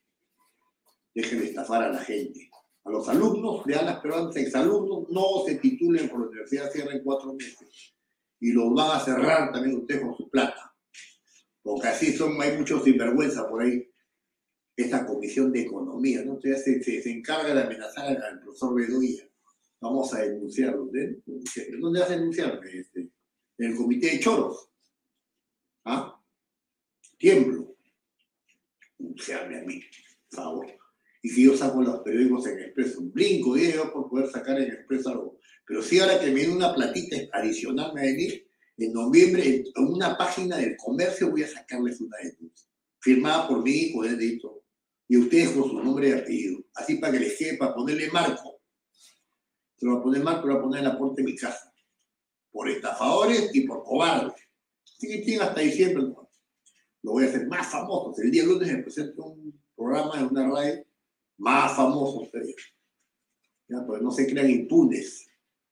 Dejen de estafar a la gente. A los alumnos de Alas Peruanas, exalumnos, no se titulen por la universidad, cierren cuatro meses. Y los van a cerrar también ustedes con su plata. Porque así son, hay muchos sinvergüenza por ahí. Esta comisión de economía, ¿no? Entonces se, se, se encarga de amenazar al profesor Bedoya. Vamos a denunciarlo. ¿eh? ¿Dónde vas a denunciarme? Este, en el comité de choros. ¿Ah? Tiemblo. Denunciarme a mí, por favor. Y si yo saco los periódicos en Expreso, brinco diez yo por poder sacar en Expreso algo. Pero sí, ahora que me viene una platita adicional, me va a venir en noviembre, en una página del comercio voy a sacarles una denuncia. Firmada por mí, con el dedito. Y ustedes con su nombre y apellido. Así para que les quede, para ponerle marco. Se lo va a poner marco, lo va a poner en la puerta de mi casa. Por estafadores y por cobardes. Así que tienen hasta diciembre, ¿no? Lo voy a hacer más famoso. El día lunes me presento un programa en una radio más famoso ustedes. ¿Ya? Pues no se crean impunes.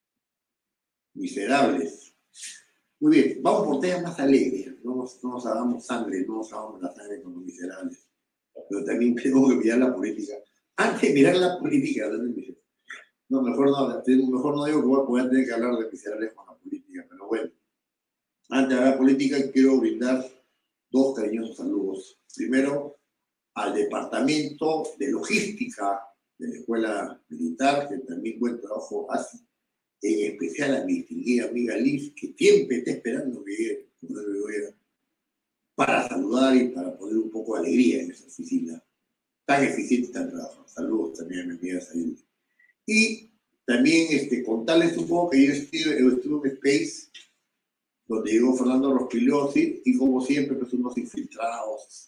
Miserables. Muy bien, vamos por temas más alegres. No nos, no nos hagamos sangre, no nos hagamos la sangre con los miserables. Pero también tengo que mirar la política. Antes de mirar la política, no, mejor no, mejor no digo que voy a poder tener que hablar de miserables con la política, pero bueno. Antes de hablar de política, quiero brindar dos cariñosos saludos. Primero, al Departamento de Logística de la Escuela Militar, que también buen trabajo hace. En especial a mi distinguida amiga Liz, que siempre está esperando que llegue para saludar y para poner un poco de alegría en esa oficina. Tan eficiente está el trabajo. Saludos también a mi amiga Sayuri. Y también este, contarles un poco que yo estuve, yo estuve en Space, donde llegó Fernando Rospigliosi, y como siempre, pues unos infiltrados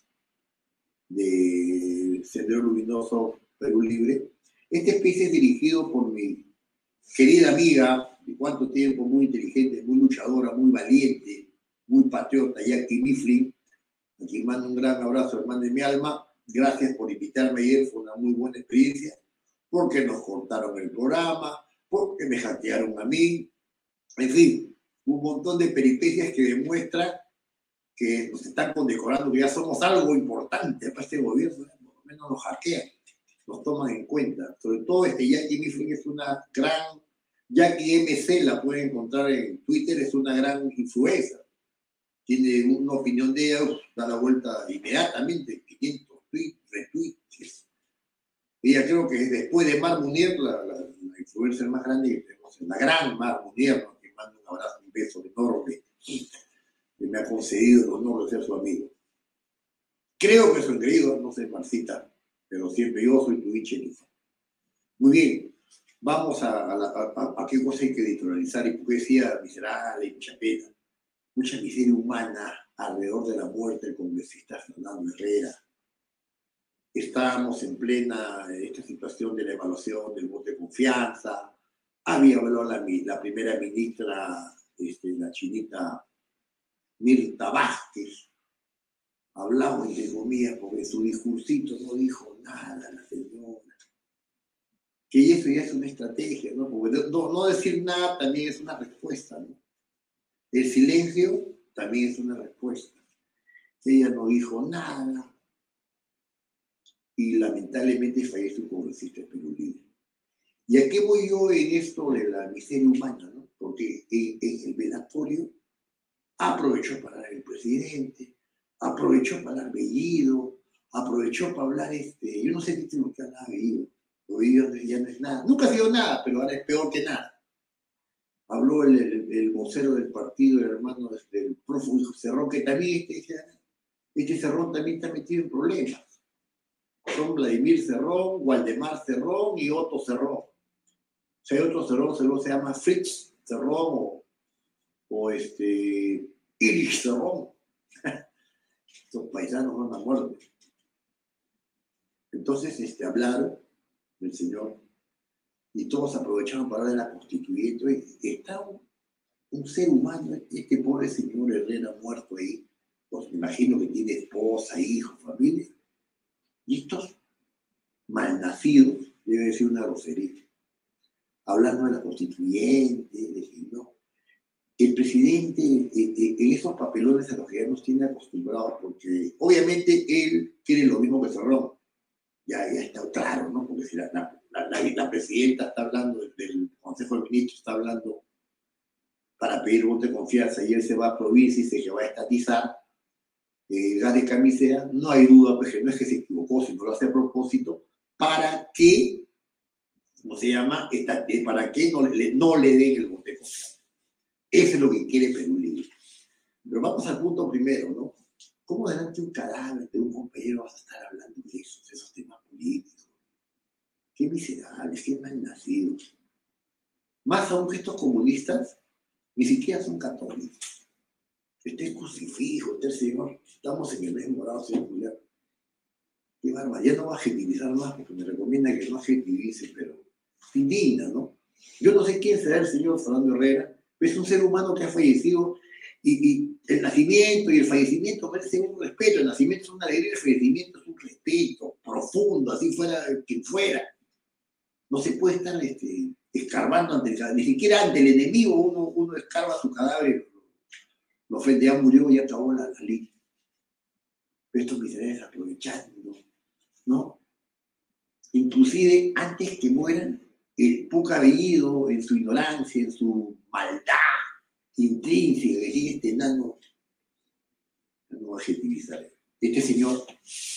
de Sendero Luminoso Perú Libre. Este Space es dirigido por mi querida amiga, de cuánto tiempo, muy inteligente, muy luchadora, figura muy valiente, muy patriota, Jackie Mifflin, a quien mando un gran abrazo, hermano de mi alma. Gracias por invitarme ayer, fue una muy buena experiencia, porque nos cortaron el programa, porque me hackearon a mí, en fin, un montón de peripecias que demuestran que nos están condecorando, que ya somos algo importante para este gobierno, por lo menos nos hackean, nos toman en cuenta. Sobre todo este Jackie Mifflin es una gran, Jackie M C la pueden encontrar en Twitter, es una gran influencer. Tiene una opinión de ella, da la vuelta inmediatamente, quinientos tweets, retweets. Ella creo que después de Mar Munier, la, la, la influencer más grande que tenemos, la gran Mar Munier, ¿no? Que manda un abrazo, un beso enorme, que me ha concedido el honor de ser su amigo. Creo que soy creído, no sé, Marcita, pero siempre yo soy tu hincha. Muy bien, vamos a, a, a, a, a qué cosa hay que editorializar, y porque decía miserable, mucha pena, mucha miseria humana alrededor de la muerte del congresista Fernando Herrera. Estábamos en plena esta situación de la evaluación del voto de confianza, había hablado la, la primera ministra, este, la chinita Mirta Vázquez, hablaba entre comillas porque en su discursito no dijo nada la señora. Que eso ya es una estrategia, ¿no? Porque no, no decir nada también es una respuesta, ¿no? El silencio también es una respuesta. Ella no dijo nada y lamentablemente falleció un congresista de Perú Libre. ¿Y a qué voy yo en esto de la miseria humana, ¿no? Porque en, en el velatorio aprovechó para hablar el presidente, aprovechó para hablar Bellido, aprovechó para hablar este, yo no sé qué tiene que hablar Bellido, Bellido ya no es nada, nunca ha sido nada, pero ahora es peor que nada. Habló el, el, el vocero del partido, el hermano del prófugo Cerrón, que también este, este Cerrón también está metido en problemas. Son Vladimir Cerrón, Waldemar Cerrón y Otto Cerrón. Si hay otro Cerrón, Cerrón se llama Fritz Cerrón o, o este, Iris Cerrón. Estos paisanos van a muerte. Entonces este, hablaron del señor y todos aprovecharon para hablar de la constituyente. Está un, un ser humano, este pobre señor Herrera muerto ahí, pues me imagino que tiene esposa, hijos, familia, y estos malnacidos, debe decir una grosería, hablando de la constituyente, de que no. El presidente, en esos papelones a los que ya nos tiene acostumbrados, porque obviamente él quiere lo mismo que Cerrón, ya, ya está claro, ¿no? Porque si la, la, la, la presidenta está hablando, del Consejo de Ministros está hablando para pedir voto de confianza y él se va a provincia y dice que va a estatizar, eh, gane camisea, no hay duda, pues que no es que se equivocó, sino lo hace a propósito, para que, ¿cómo se llama? Esta, para que no le, no le den el voto de confianza. Eso es lo que quiere Perú Libre. Pero vamos al punto primero, ¿no? ¿Cómo delante de un cadáver de un compañero vas a estar hablando de esos, de esos temas políticos? Qué miserables, qué malnacidos. Más aún que estos comunistas, ni siquiera son católicos. Este crucifijo, este señor, estamos en el mismo grado, señor Julián. Qué bárbaro, ya no va a gentilizar más porque me recomienda que no gentilice, pero indigna, ¿no? Yo no sé quién será el señor Fernando Herrera, pero es un ser humano que ha fallecido y, y el nacimiento y el fallecimiento merecen un respeto. El nacimiento es una alegría, el fallecimiento es un respeto profundo, así fuera quien fuera. No se puede estar este, escarbando ante el cadáver, ni siquiera ante el enemigo uno, uno escarba su cadáver, lo ofende, ya murió y acabó la, la línea. Pero estos miserables aprovechando, ¿no? Inclusive antes que mueran, el Puca Bellido, en su ignorancia, en su maldad intrínseca, que sigue este enano, no va a gentilizar. Este señor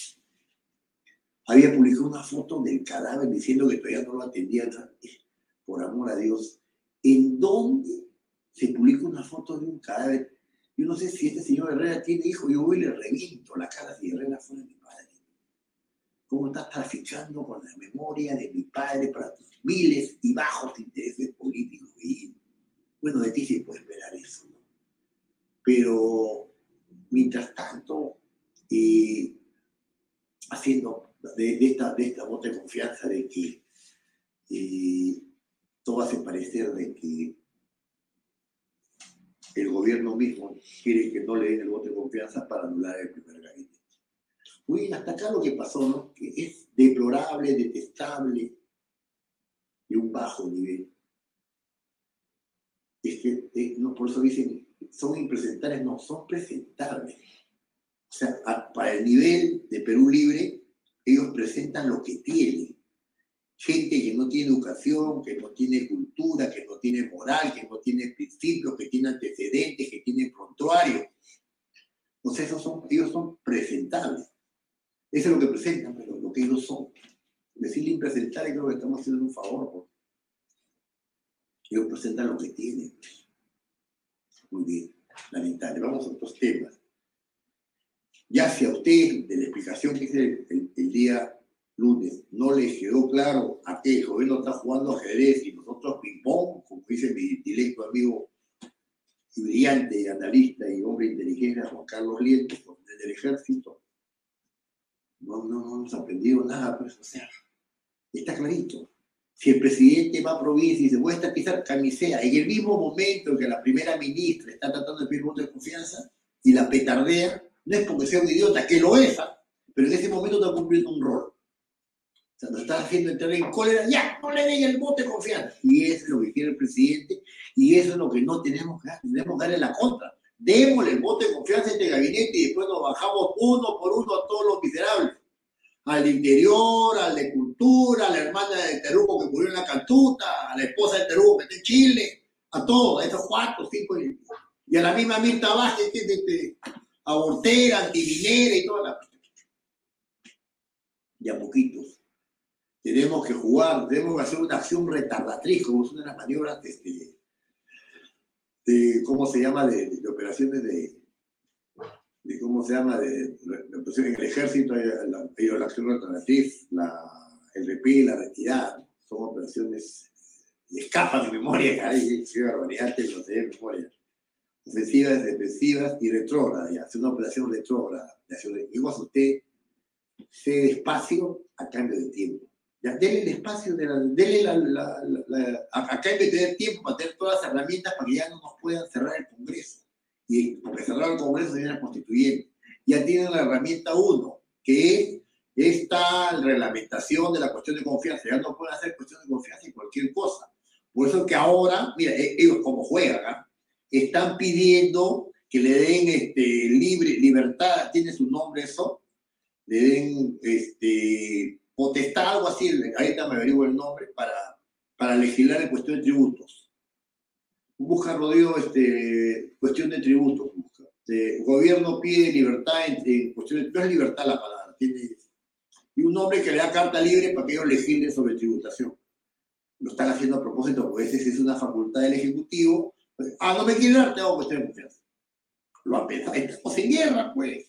había publicado una foto del cadáver diciendo que todavía no lo atendían, por amor a Dios. ¿En dónde se publica una foto de un cadáver? Yo no sé si este señor Herrera tiene hijo, yo voy y le reviento la cara si Herrera fuera mi padre. ¿Cómo estás traficando con la memoria de mi padre para tus miles y bajos intereses políticos? Y bueno, de ti se puede esperar eso, ¿no? Pero mientras tanto, eh, haciendo de, de, esta, de esta voto de confianza de que eh, todo hace parecer de que el gobierno mismo quiere que no le den el voto de confianza para anular el primer gabinete. Muy bien, hasta acá lo que pasó, ¿no? Que es deplorable, detestable, de un bajo nivel. Es que, eh, no, por eso dicen, son impresentables, no, son presentables. O sea, a, para el nivel de Perú Libre, ellos presentan lo que tienen. Gente que no tiene educación, que no tiene cultura, que no tiene moral, que no tiene principios, que tiene antecedentes, que tiene prontuario. Entonces, esos son, ellos son presentables. Eso es lo que presentan, pero lo que ellos son. Decirle impresentable, creo que estamos haciendo un favor. ¿No? Ellos presentan lo que tienen. Muy bien, lamentable. Vamos a otros temas. Ya si a usted, de la explicación que hice el, el, el día lunes, no les quedó claro a qué el gobierno está jugando ajedrez y nosotros ping-pong, como dice mi directo amigo y brillante analista y hombre de inteligencia, Juan Carlos Lientes, del ejército, no, no, no hemos aprendido nada, pues, o sea, está clarito. Si el presidente va a provincia y se voy a estatizar, camisea, en el mismo momento en que la primera ministra está tratando de pedir voto de confianza y la petardea, no es porque sea un idiota, que lo es, pero en ese momento está cumpliendo un rol. O sea, nos está haciendo entrar en cólera, ya, no le den el voto de confianza. Y eso es lo que quiere el presidente, y eso es lo que no tenemos que hacer, tenemos que darle la contra. Démosle el voto de confianza a este gabinete y después nos bajamos uno por uno a todos los miserables. Al de Interior, al de Cultura, a la hermana de Teruco que murió en la Cantuta, a la esposa de Teruco que está en Chile, a todos, a esos cuatro, cinco, y a la misma Mirta Vázquez, que es de, de, abortera, antiminera y toda la... Y a poquitos. Tenemos que jugar, tenemos que hacer una acción retardatriz, como es una de las maniobras de, de, de ¿cómo se llama?, de, de operaciones de, de, ¿cómo se llama?, de, de operaciones en el ejército, hay la, hay la acción retardatriz, la, el repil, la retirada, son operaciones, y escapan de memoria, hay qué barbaridad, no sé, de memoria. Ofensivas, defensivas y retrógradas, ya, hacer una operación retrógrada. Igual a usted, cede espacio a cambio de tiempo. Ya, denle el espacio, de la, denle la, la, la, la, a, a cambio de tener tiempo para tener todas las herramientas para que ya no nos puedan cerrar el Congreso. Y porque cerrar el Congreso viene a constituyente. Ya tienen la herramienta uno, que es esta reglamentación de la cuestión de confianza. Ya no pueden hacer cuestión de confianza en cualquier cosa. Por eso es que ahora, mira, ellos como juegan, ¿eh? Están pidiendo que le den este, libre, libertad, tiene su nombre eso, le den este, potestad, algo así, ahorita me averiguo el nombre, para, para legislar en cuestión de tributos. Busca, Rodrigo, este, cuestión de tributos. Busca. El gobierno pide libertad en, en cuestión de... No es libertad la palabra, tiene... Y un hombre que le da carta libre para que ellos legislen sobre tributación. Lo están haciendo a propósito, porque esa es una facultad del Ejecutivo. Ah, no me quiere dar, te hago cuestión de confianza. Lo apenas. Estamos en guerra, pues.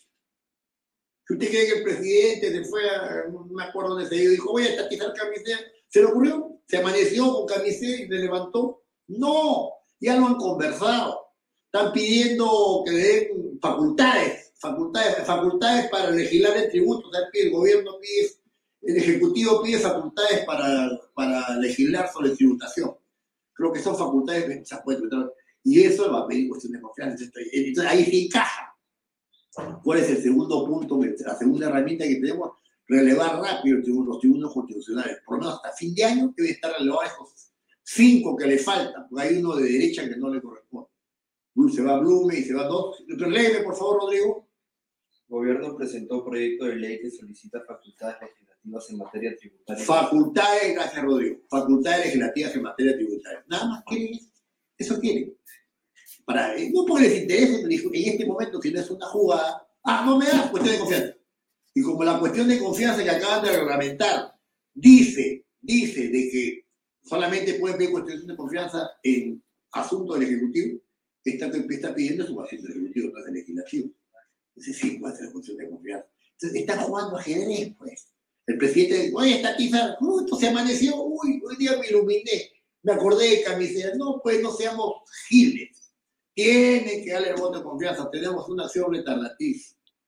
Si usted cree que el presidente se fue a, no me acuerdo dónde se dio, dijo, voy a estatizar Camisea, ¿se le ocurrió? ¿Se amaneció con Camisea y se levantó? No, ya lo han conversado. Están pidiendo que le den facultades, facultades, facultades para legislar el tributo. O sea, el gobierno pide, el Ejecutivo pide facultades para, para legislar sobre tributación. Creo que son facultades, se puede tratar. Y eso va a pedir cuestión de confianza. Entonces ahí se encaja. ¿Cuál es el segundo punto, la segunda herramienta que tenemos? Relevar rápido los tributos constitucionales. Por lo menos hasta fin de año debe estar relevado esos cinco que le faltan, porque hay uno de derecha que no le corresponde. Se va Blume y se va dos. Léeme, por favor, Rodrigo. El gobierno presentó proyecto de ley que solicita facultades legislativas en materia tributaria. Facultades, gracias, Rodrigo. Facultades legislativas en materia tributaria. Nada más quieren eso. Eso quieren. Para, no porque les interese, en este momento, si no es una jugada, ah, no me das cuestión de confianza. Y como la cuestión de confianza que acaban de reglamentar dice, dice de que solamente pueden pedir cuestión de confianza en asuntos del Ejecutivo, está, está pidiendo su asunto del Ejecutivo, no es del Legislativo. Entonces sí puede hacer la cuestión de confianza. Entonces están jugando ajedrez, pues. El presidente dice, oye, está quizás, uy, esto se amaneció, uy, hoy día me iluminé, me acordé de Camisea. No, pues no seamos giles. Tienen que darle el voto de confianza. Tenemos una acción retardativa.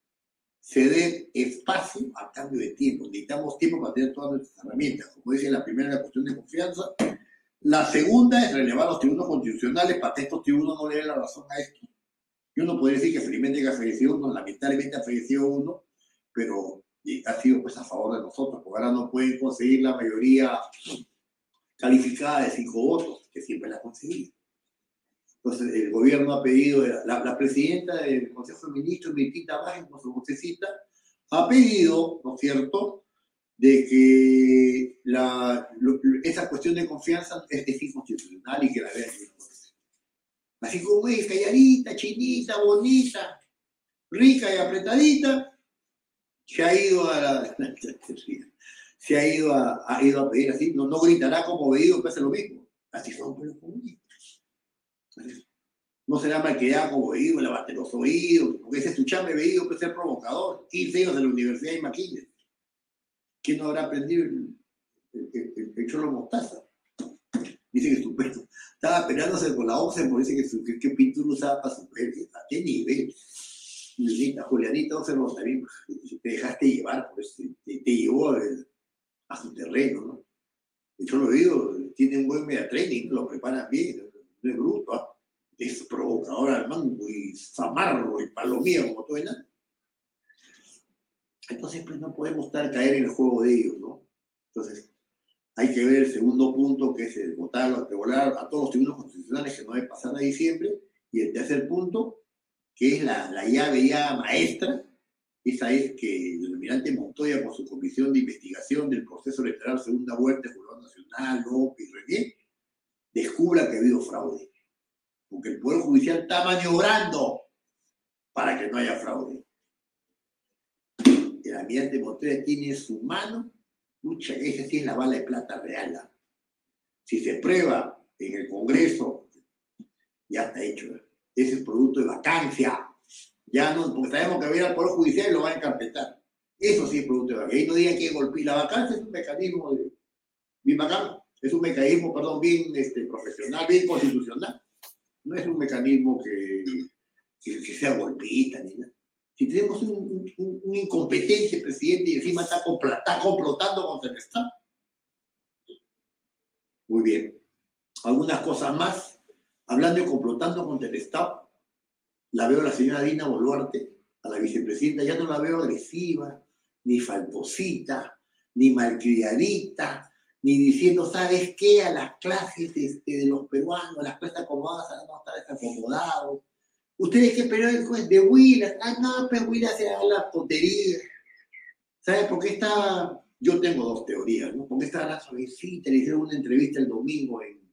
Ceder espacio a cambio de tiempo. Necesitamos tiempo para tener todas nuestras herramientas. Como dice la primera, la cuestión de confianza. La segunda es relevar los tribunos constitucionales para que estos tribunos no le den la razón a esto. Yo no podría decir que felizmente ha fallecido uno, lamentablemente ha fallecido uno, pero ha sido pues a favor de nosotros, porque ahora no pueden conseguir la mayoría calificada de cinco votos, que siempre la ha conseguido. Entonces el gobierno ha pedido, la, la presidenta del Consejo de Ministros, Mirtita Vázquez, con su vocecita, ha pedido, ¿no es cierto?, de que la, lo, esa cuestión de confianza es, es inconstitucional y que la vean. Así como es, calladita, chinita, bonita, rica y apretadita, se ha ido a la, se ha ido a, ha ido a pedir así, no, no gritará como Veído que hace lo mismo. Así son los comunistas. No será malcriada como Veído, lavarte los oídos, porque ese es tu chame Veído, que es el provocador, quince años de la universidad y maquines. ¿Quién no habrá aprendido el, el, el, el, el cholo mostaza? Dice que estupendo. Estaba peleándose con la OCDE, porque dice que, su, que, que pintura usaba para su peli. ¿A qué nivel? Julianita, Julianita, no se lo también. Te dejaste llevar, pues te, te llevó el, a su terreno, ¿no? El cholo Veído tiene un buen media training, lo preparan bien, no es bruto, ¿eh? Es provocador al mango y zamarro y palomía, como todo el año. Entonces, pues no podemos estar caer en el juego de ellos, ¿no? Entonces, hay que ver el segundo punto, que es el votar, regular a todos los tribunos constitucionales que no deben pasar a diciembre, y el tercer punto, que es la, la llave ya maestra, esa es que el almirante Montoya, con su comisión de investigación del proceso electoral segunda vuelta, Jurado Nacional, López y Renier, descubra que ha habido fraude. Porque el Poder Judicial está maniobrando para que no haya fraude. El almirante Montoya tiene en su mano, mucha, esa sí es la bala de plata real. ¿eh? Si se prueba en el Congreso, ya está hecho. ¿eh? Ese es producto de vacancia. Ya no, porque sabemos que va a ir al Poder Judicial y lo va a encarpetar. Eso sí es producto de vacancia. Ahí no digan que golpea. La vacancia es un mecanismo de, bien bacán. Es un mecanismo, perdón, bien este, profesional, bien constitucional. No es un mecanismo que, que, que sea golpista ni nada. Si tenemos un, un, un incompetente presidente y encima está, compl está complotando contra el Estado. Muy bien. Algunas cosas más. Hablando de complotando contra el Estado, la veo a la señora Dina Boluarte, a la vicepresidenta, ya no la veo agresiva, ni faltosita, ni malcriadita, ni diciendo, ¿sabes qué? A las clases este, de los peruanos, a las clases acomodadas, no estar desacomodados. ¿Ustedes qué periódico es? De Huila. Ah, no, pues Huila se da la tontería. ¿Sabe por qué estaba? Yo tengo dos teorías, ¿no? Porque estaba la suavecita, le hicieron una entrevista el domingo en,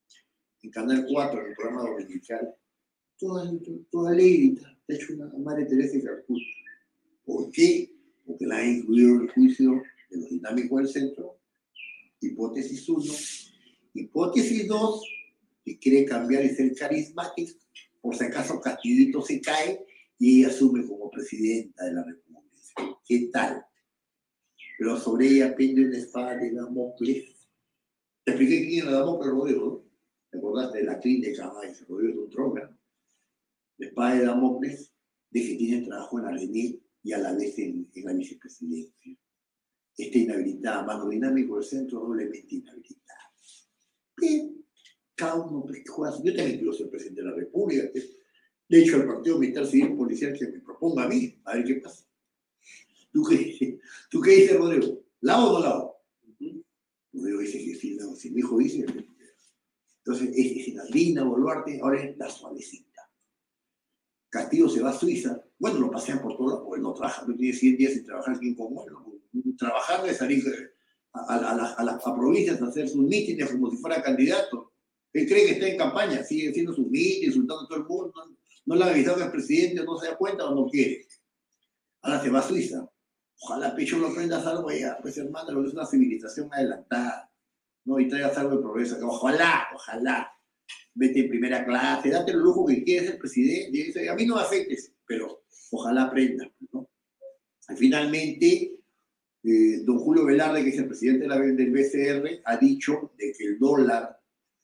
en Canal cuatro, en el programa dominical. Toda, toda leída, de hecho una Madre Teresa de Calcuta. ¿Por qué? Porque la ha incluido en el juicio de los dinámicos del centro. Hipótesis uno. Hipótesis dos, que quiere cambiar y ser carismática. Por si acaso Castillito se cae y ella asume como presidenta de la República. ¿Qué tal? Pero sobre ella pende una espada de Damocles. Te expliqué quién era Damocles, Rodrigo, ¿no? ¿Te acordaste de la clínica? Rodrigo de un tronca. La espada de Damocles de que tiene trabajo en la Renier y a la vez en, en la vicepresidencia. Está inhabilitada, mano dinámico del centro, doblemente inhabilitada. Bien. Cada uno pues, que juega. Yo también quiero ser presidente de la República. De hecho, el Partido Militar Civil Policial que me proponga a mí, a ver qué pasa. ¿Tú qué, ¿Tú qué dices, Rodrigo? ¿La o no la o? Uh-huh. Rodrigo dice que sí, no, si mi hijo dice. Entonces, es, es la Dina Boluarte, ahora es la suavecita. Castillo se va a Suiza. Bueno, lo pasean por todos lados, porque no trabaja, no tiene cien días sin trabajar aquí en Congo. Trabajar de salir a, a, a, a, a las provincias a hacer sus mítines como si fuera candidato. Él cree que está en campaña, sigue haciendo sus mítines, insultando a todo el mundo. No, no le ha avisado que es presidente, no se da cuenta o no quiere. Ahora se va a Suiza. Ojalá Picho lo aprendas algo allá, pues hermano, lo que es una civilización adelantada. ¿No? Y traigas algo de progreso. Ojalá, ojalá. Vete en primera clase, date el lujo que quieres ser presidente. Y dice, a mí no me afectes, pero ojalá aprendas, ¿no? Y finalmente, eh, don Julio Velarde, que es el presidente de la, del B C R, ha dicho de que el dólar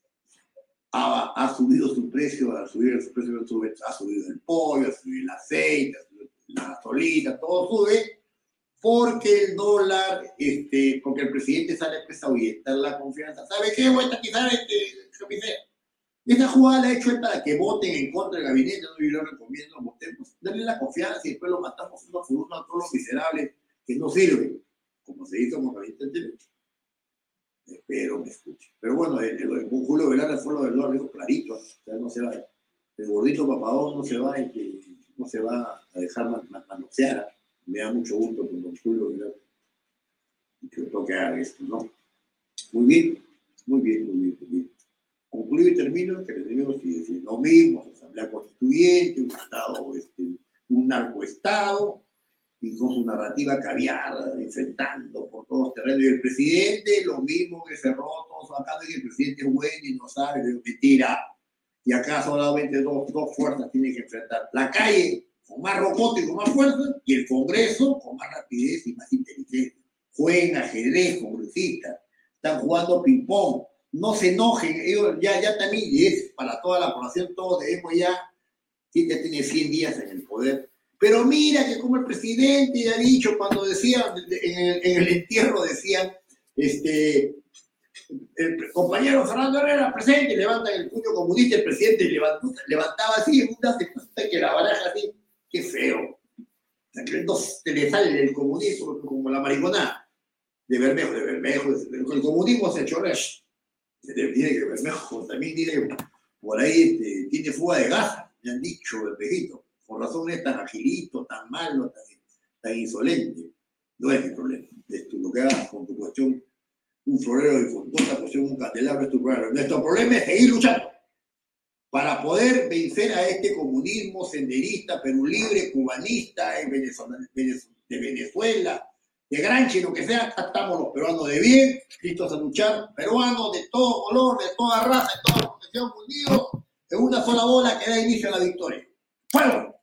Ha, ha subido su precio, ha subido su precio, ha subido el pollo, ha subido el aceite, ha subido la gasolina, todo sube porque el dólar, este, porque el presidente sale pues, a ahuyentar la confianza. ¿Sabe qué? Voy a estatizar este comité. Esta jugada la he hecho para que voten en contra del gabinete, no, yo lo recomiendo, votemos, denle la confianza y después lo matamos uno por uno a todos los miserables que no sirven, como se hizo con el gabinete anterior. Espero me escuche. Pero bueno, el, el, el Julio Velarde fue lo del dólar, dijo clarito, o sea, no se va, el gordito papadón no se va, este, no se va a dejar manosear. Me da mucho gusto con don Julio Velarde que toque haga esto, ¿no? Muy bien, muy bien, muy bien, muy bien. Concluyo y termino que tenemos que decir lo mismo, asamblea constituyente, un estado, este, un narcoestado, y con su narrativa caviar, enfrentando por todos los terrenos. Y el presidente, lo mismo que cerró todos acá, de que el presidente es bueno y no sabe, de mentira. Y acá solamente dos, dos fuerzas tienen que enfrentar. La calle con más rocote y con más fuerza, y el Congreso con más rapidez y más inteligencia. Jueguen ajedrez, congresistas, están jugando ping-pong. No se enojen, ellos ya, ya también, y es para toda la población, todos debemos ya, ya tiene cien días en el poder. Pero mira que como el presidente ya ha dicho, cuando decían, en el, en el entierro decían, este, el compañero Fernando Herrera, presente, levanta el puño comunista, el presidente levantó, levantaba así, en una secuencia que la baraja así, qué feo. Entonces le sale el comunismo como la mariconada, de Bermejo, de Bermejo, el comunismo se chorrea. Se le pide que Bermejo también tiene, por ahí este, tiene fuga de gas, me han dicho el pejito. Por razón es tan agilito, tan malo, tan, tan insolente. No es mi problema. Es tú lo que hagas con tu cuestión, un florero de fontosa, cuestión, un candelabro es tu problema. Nuestro problema es seguir luchando para poder vencer a este comunismo senderista, Perú libre, cubanista, de Venezuela, de Granchi, lo que sea. Acá estamos los peruanos de bien, listos a luchar, peruanos de todo color, de toda raza, de toda profesión, unidos en una sola bola que da inicio a la victoria. ¡Fuego!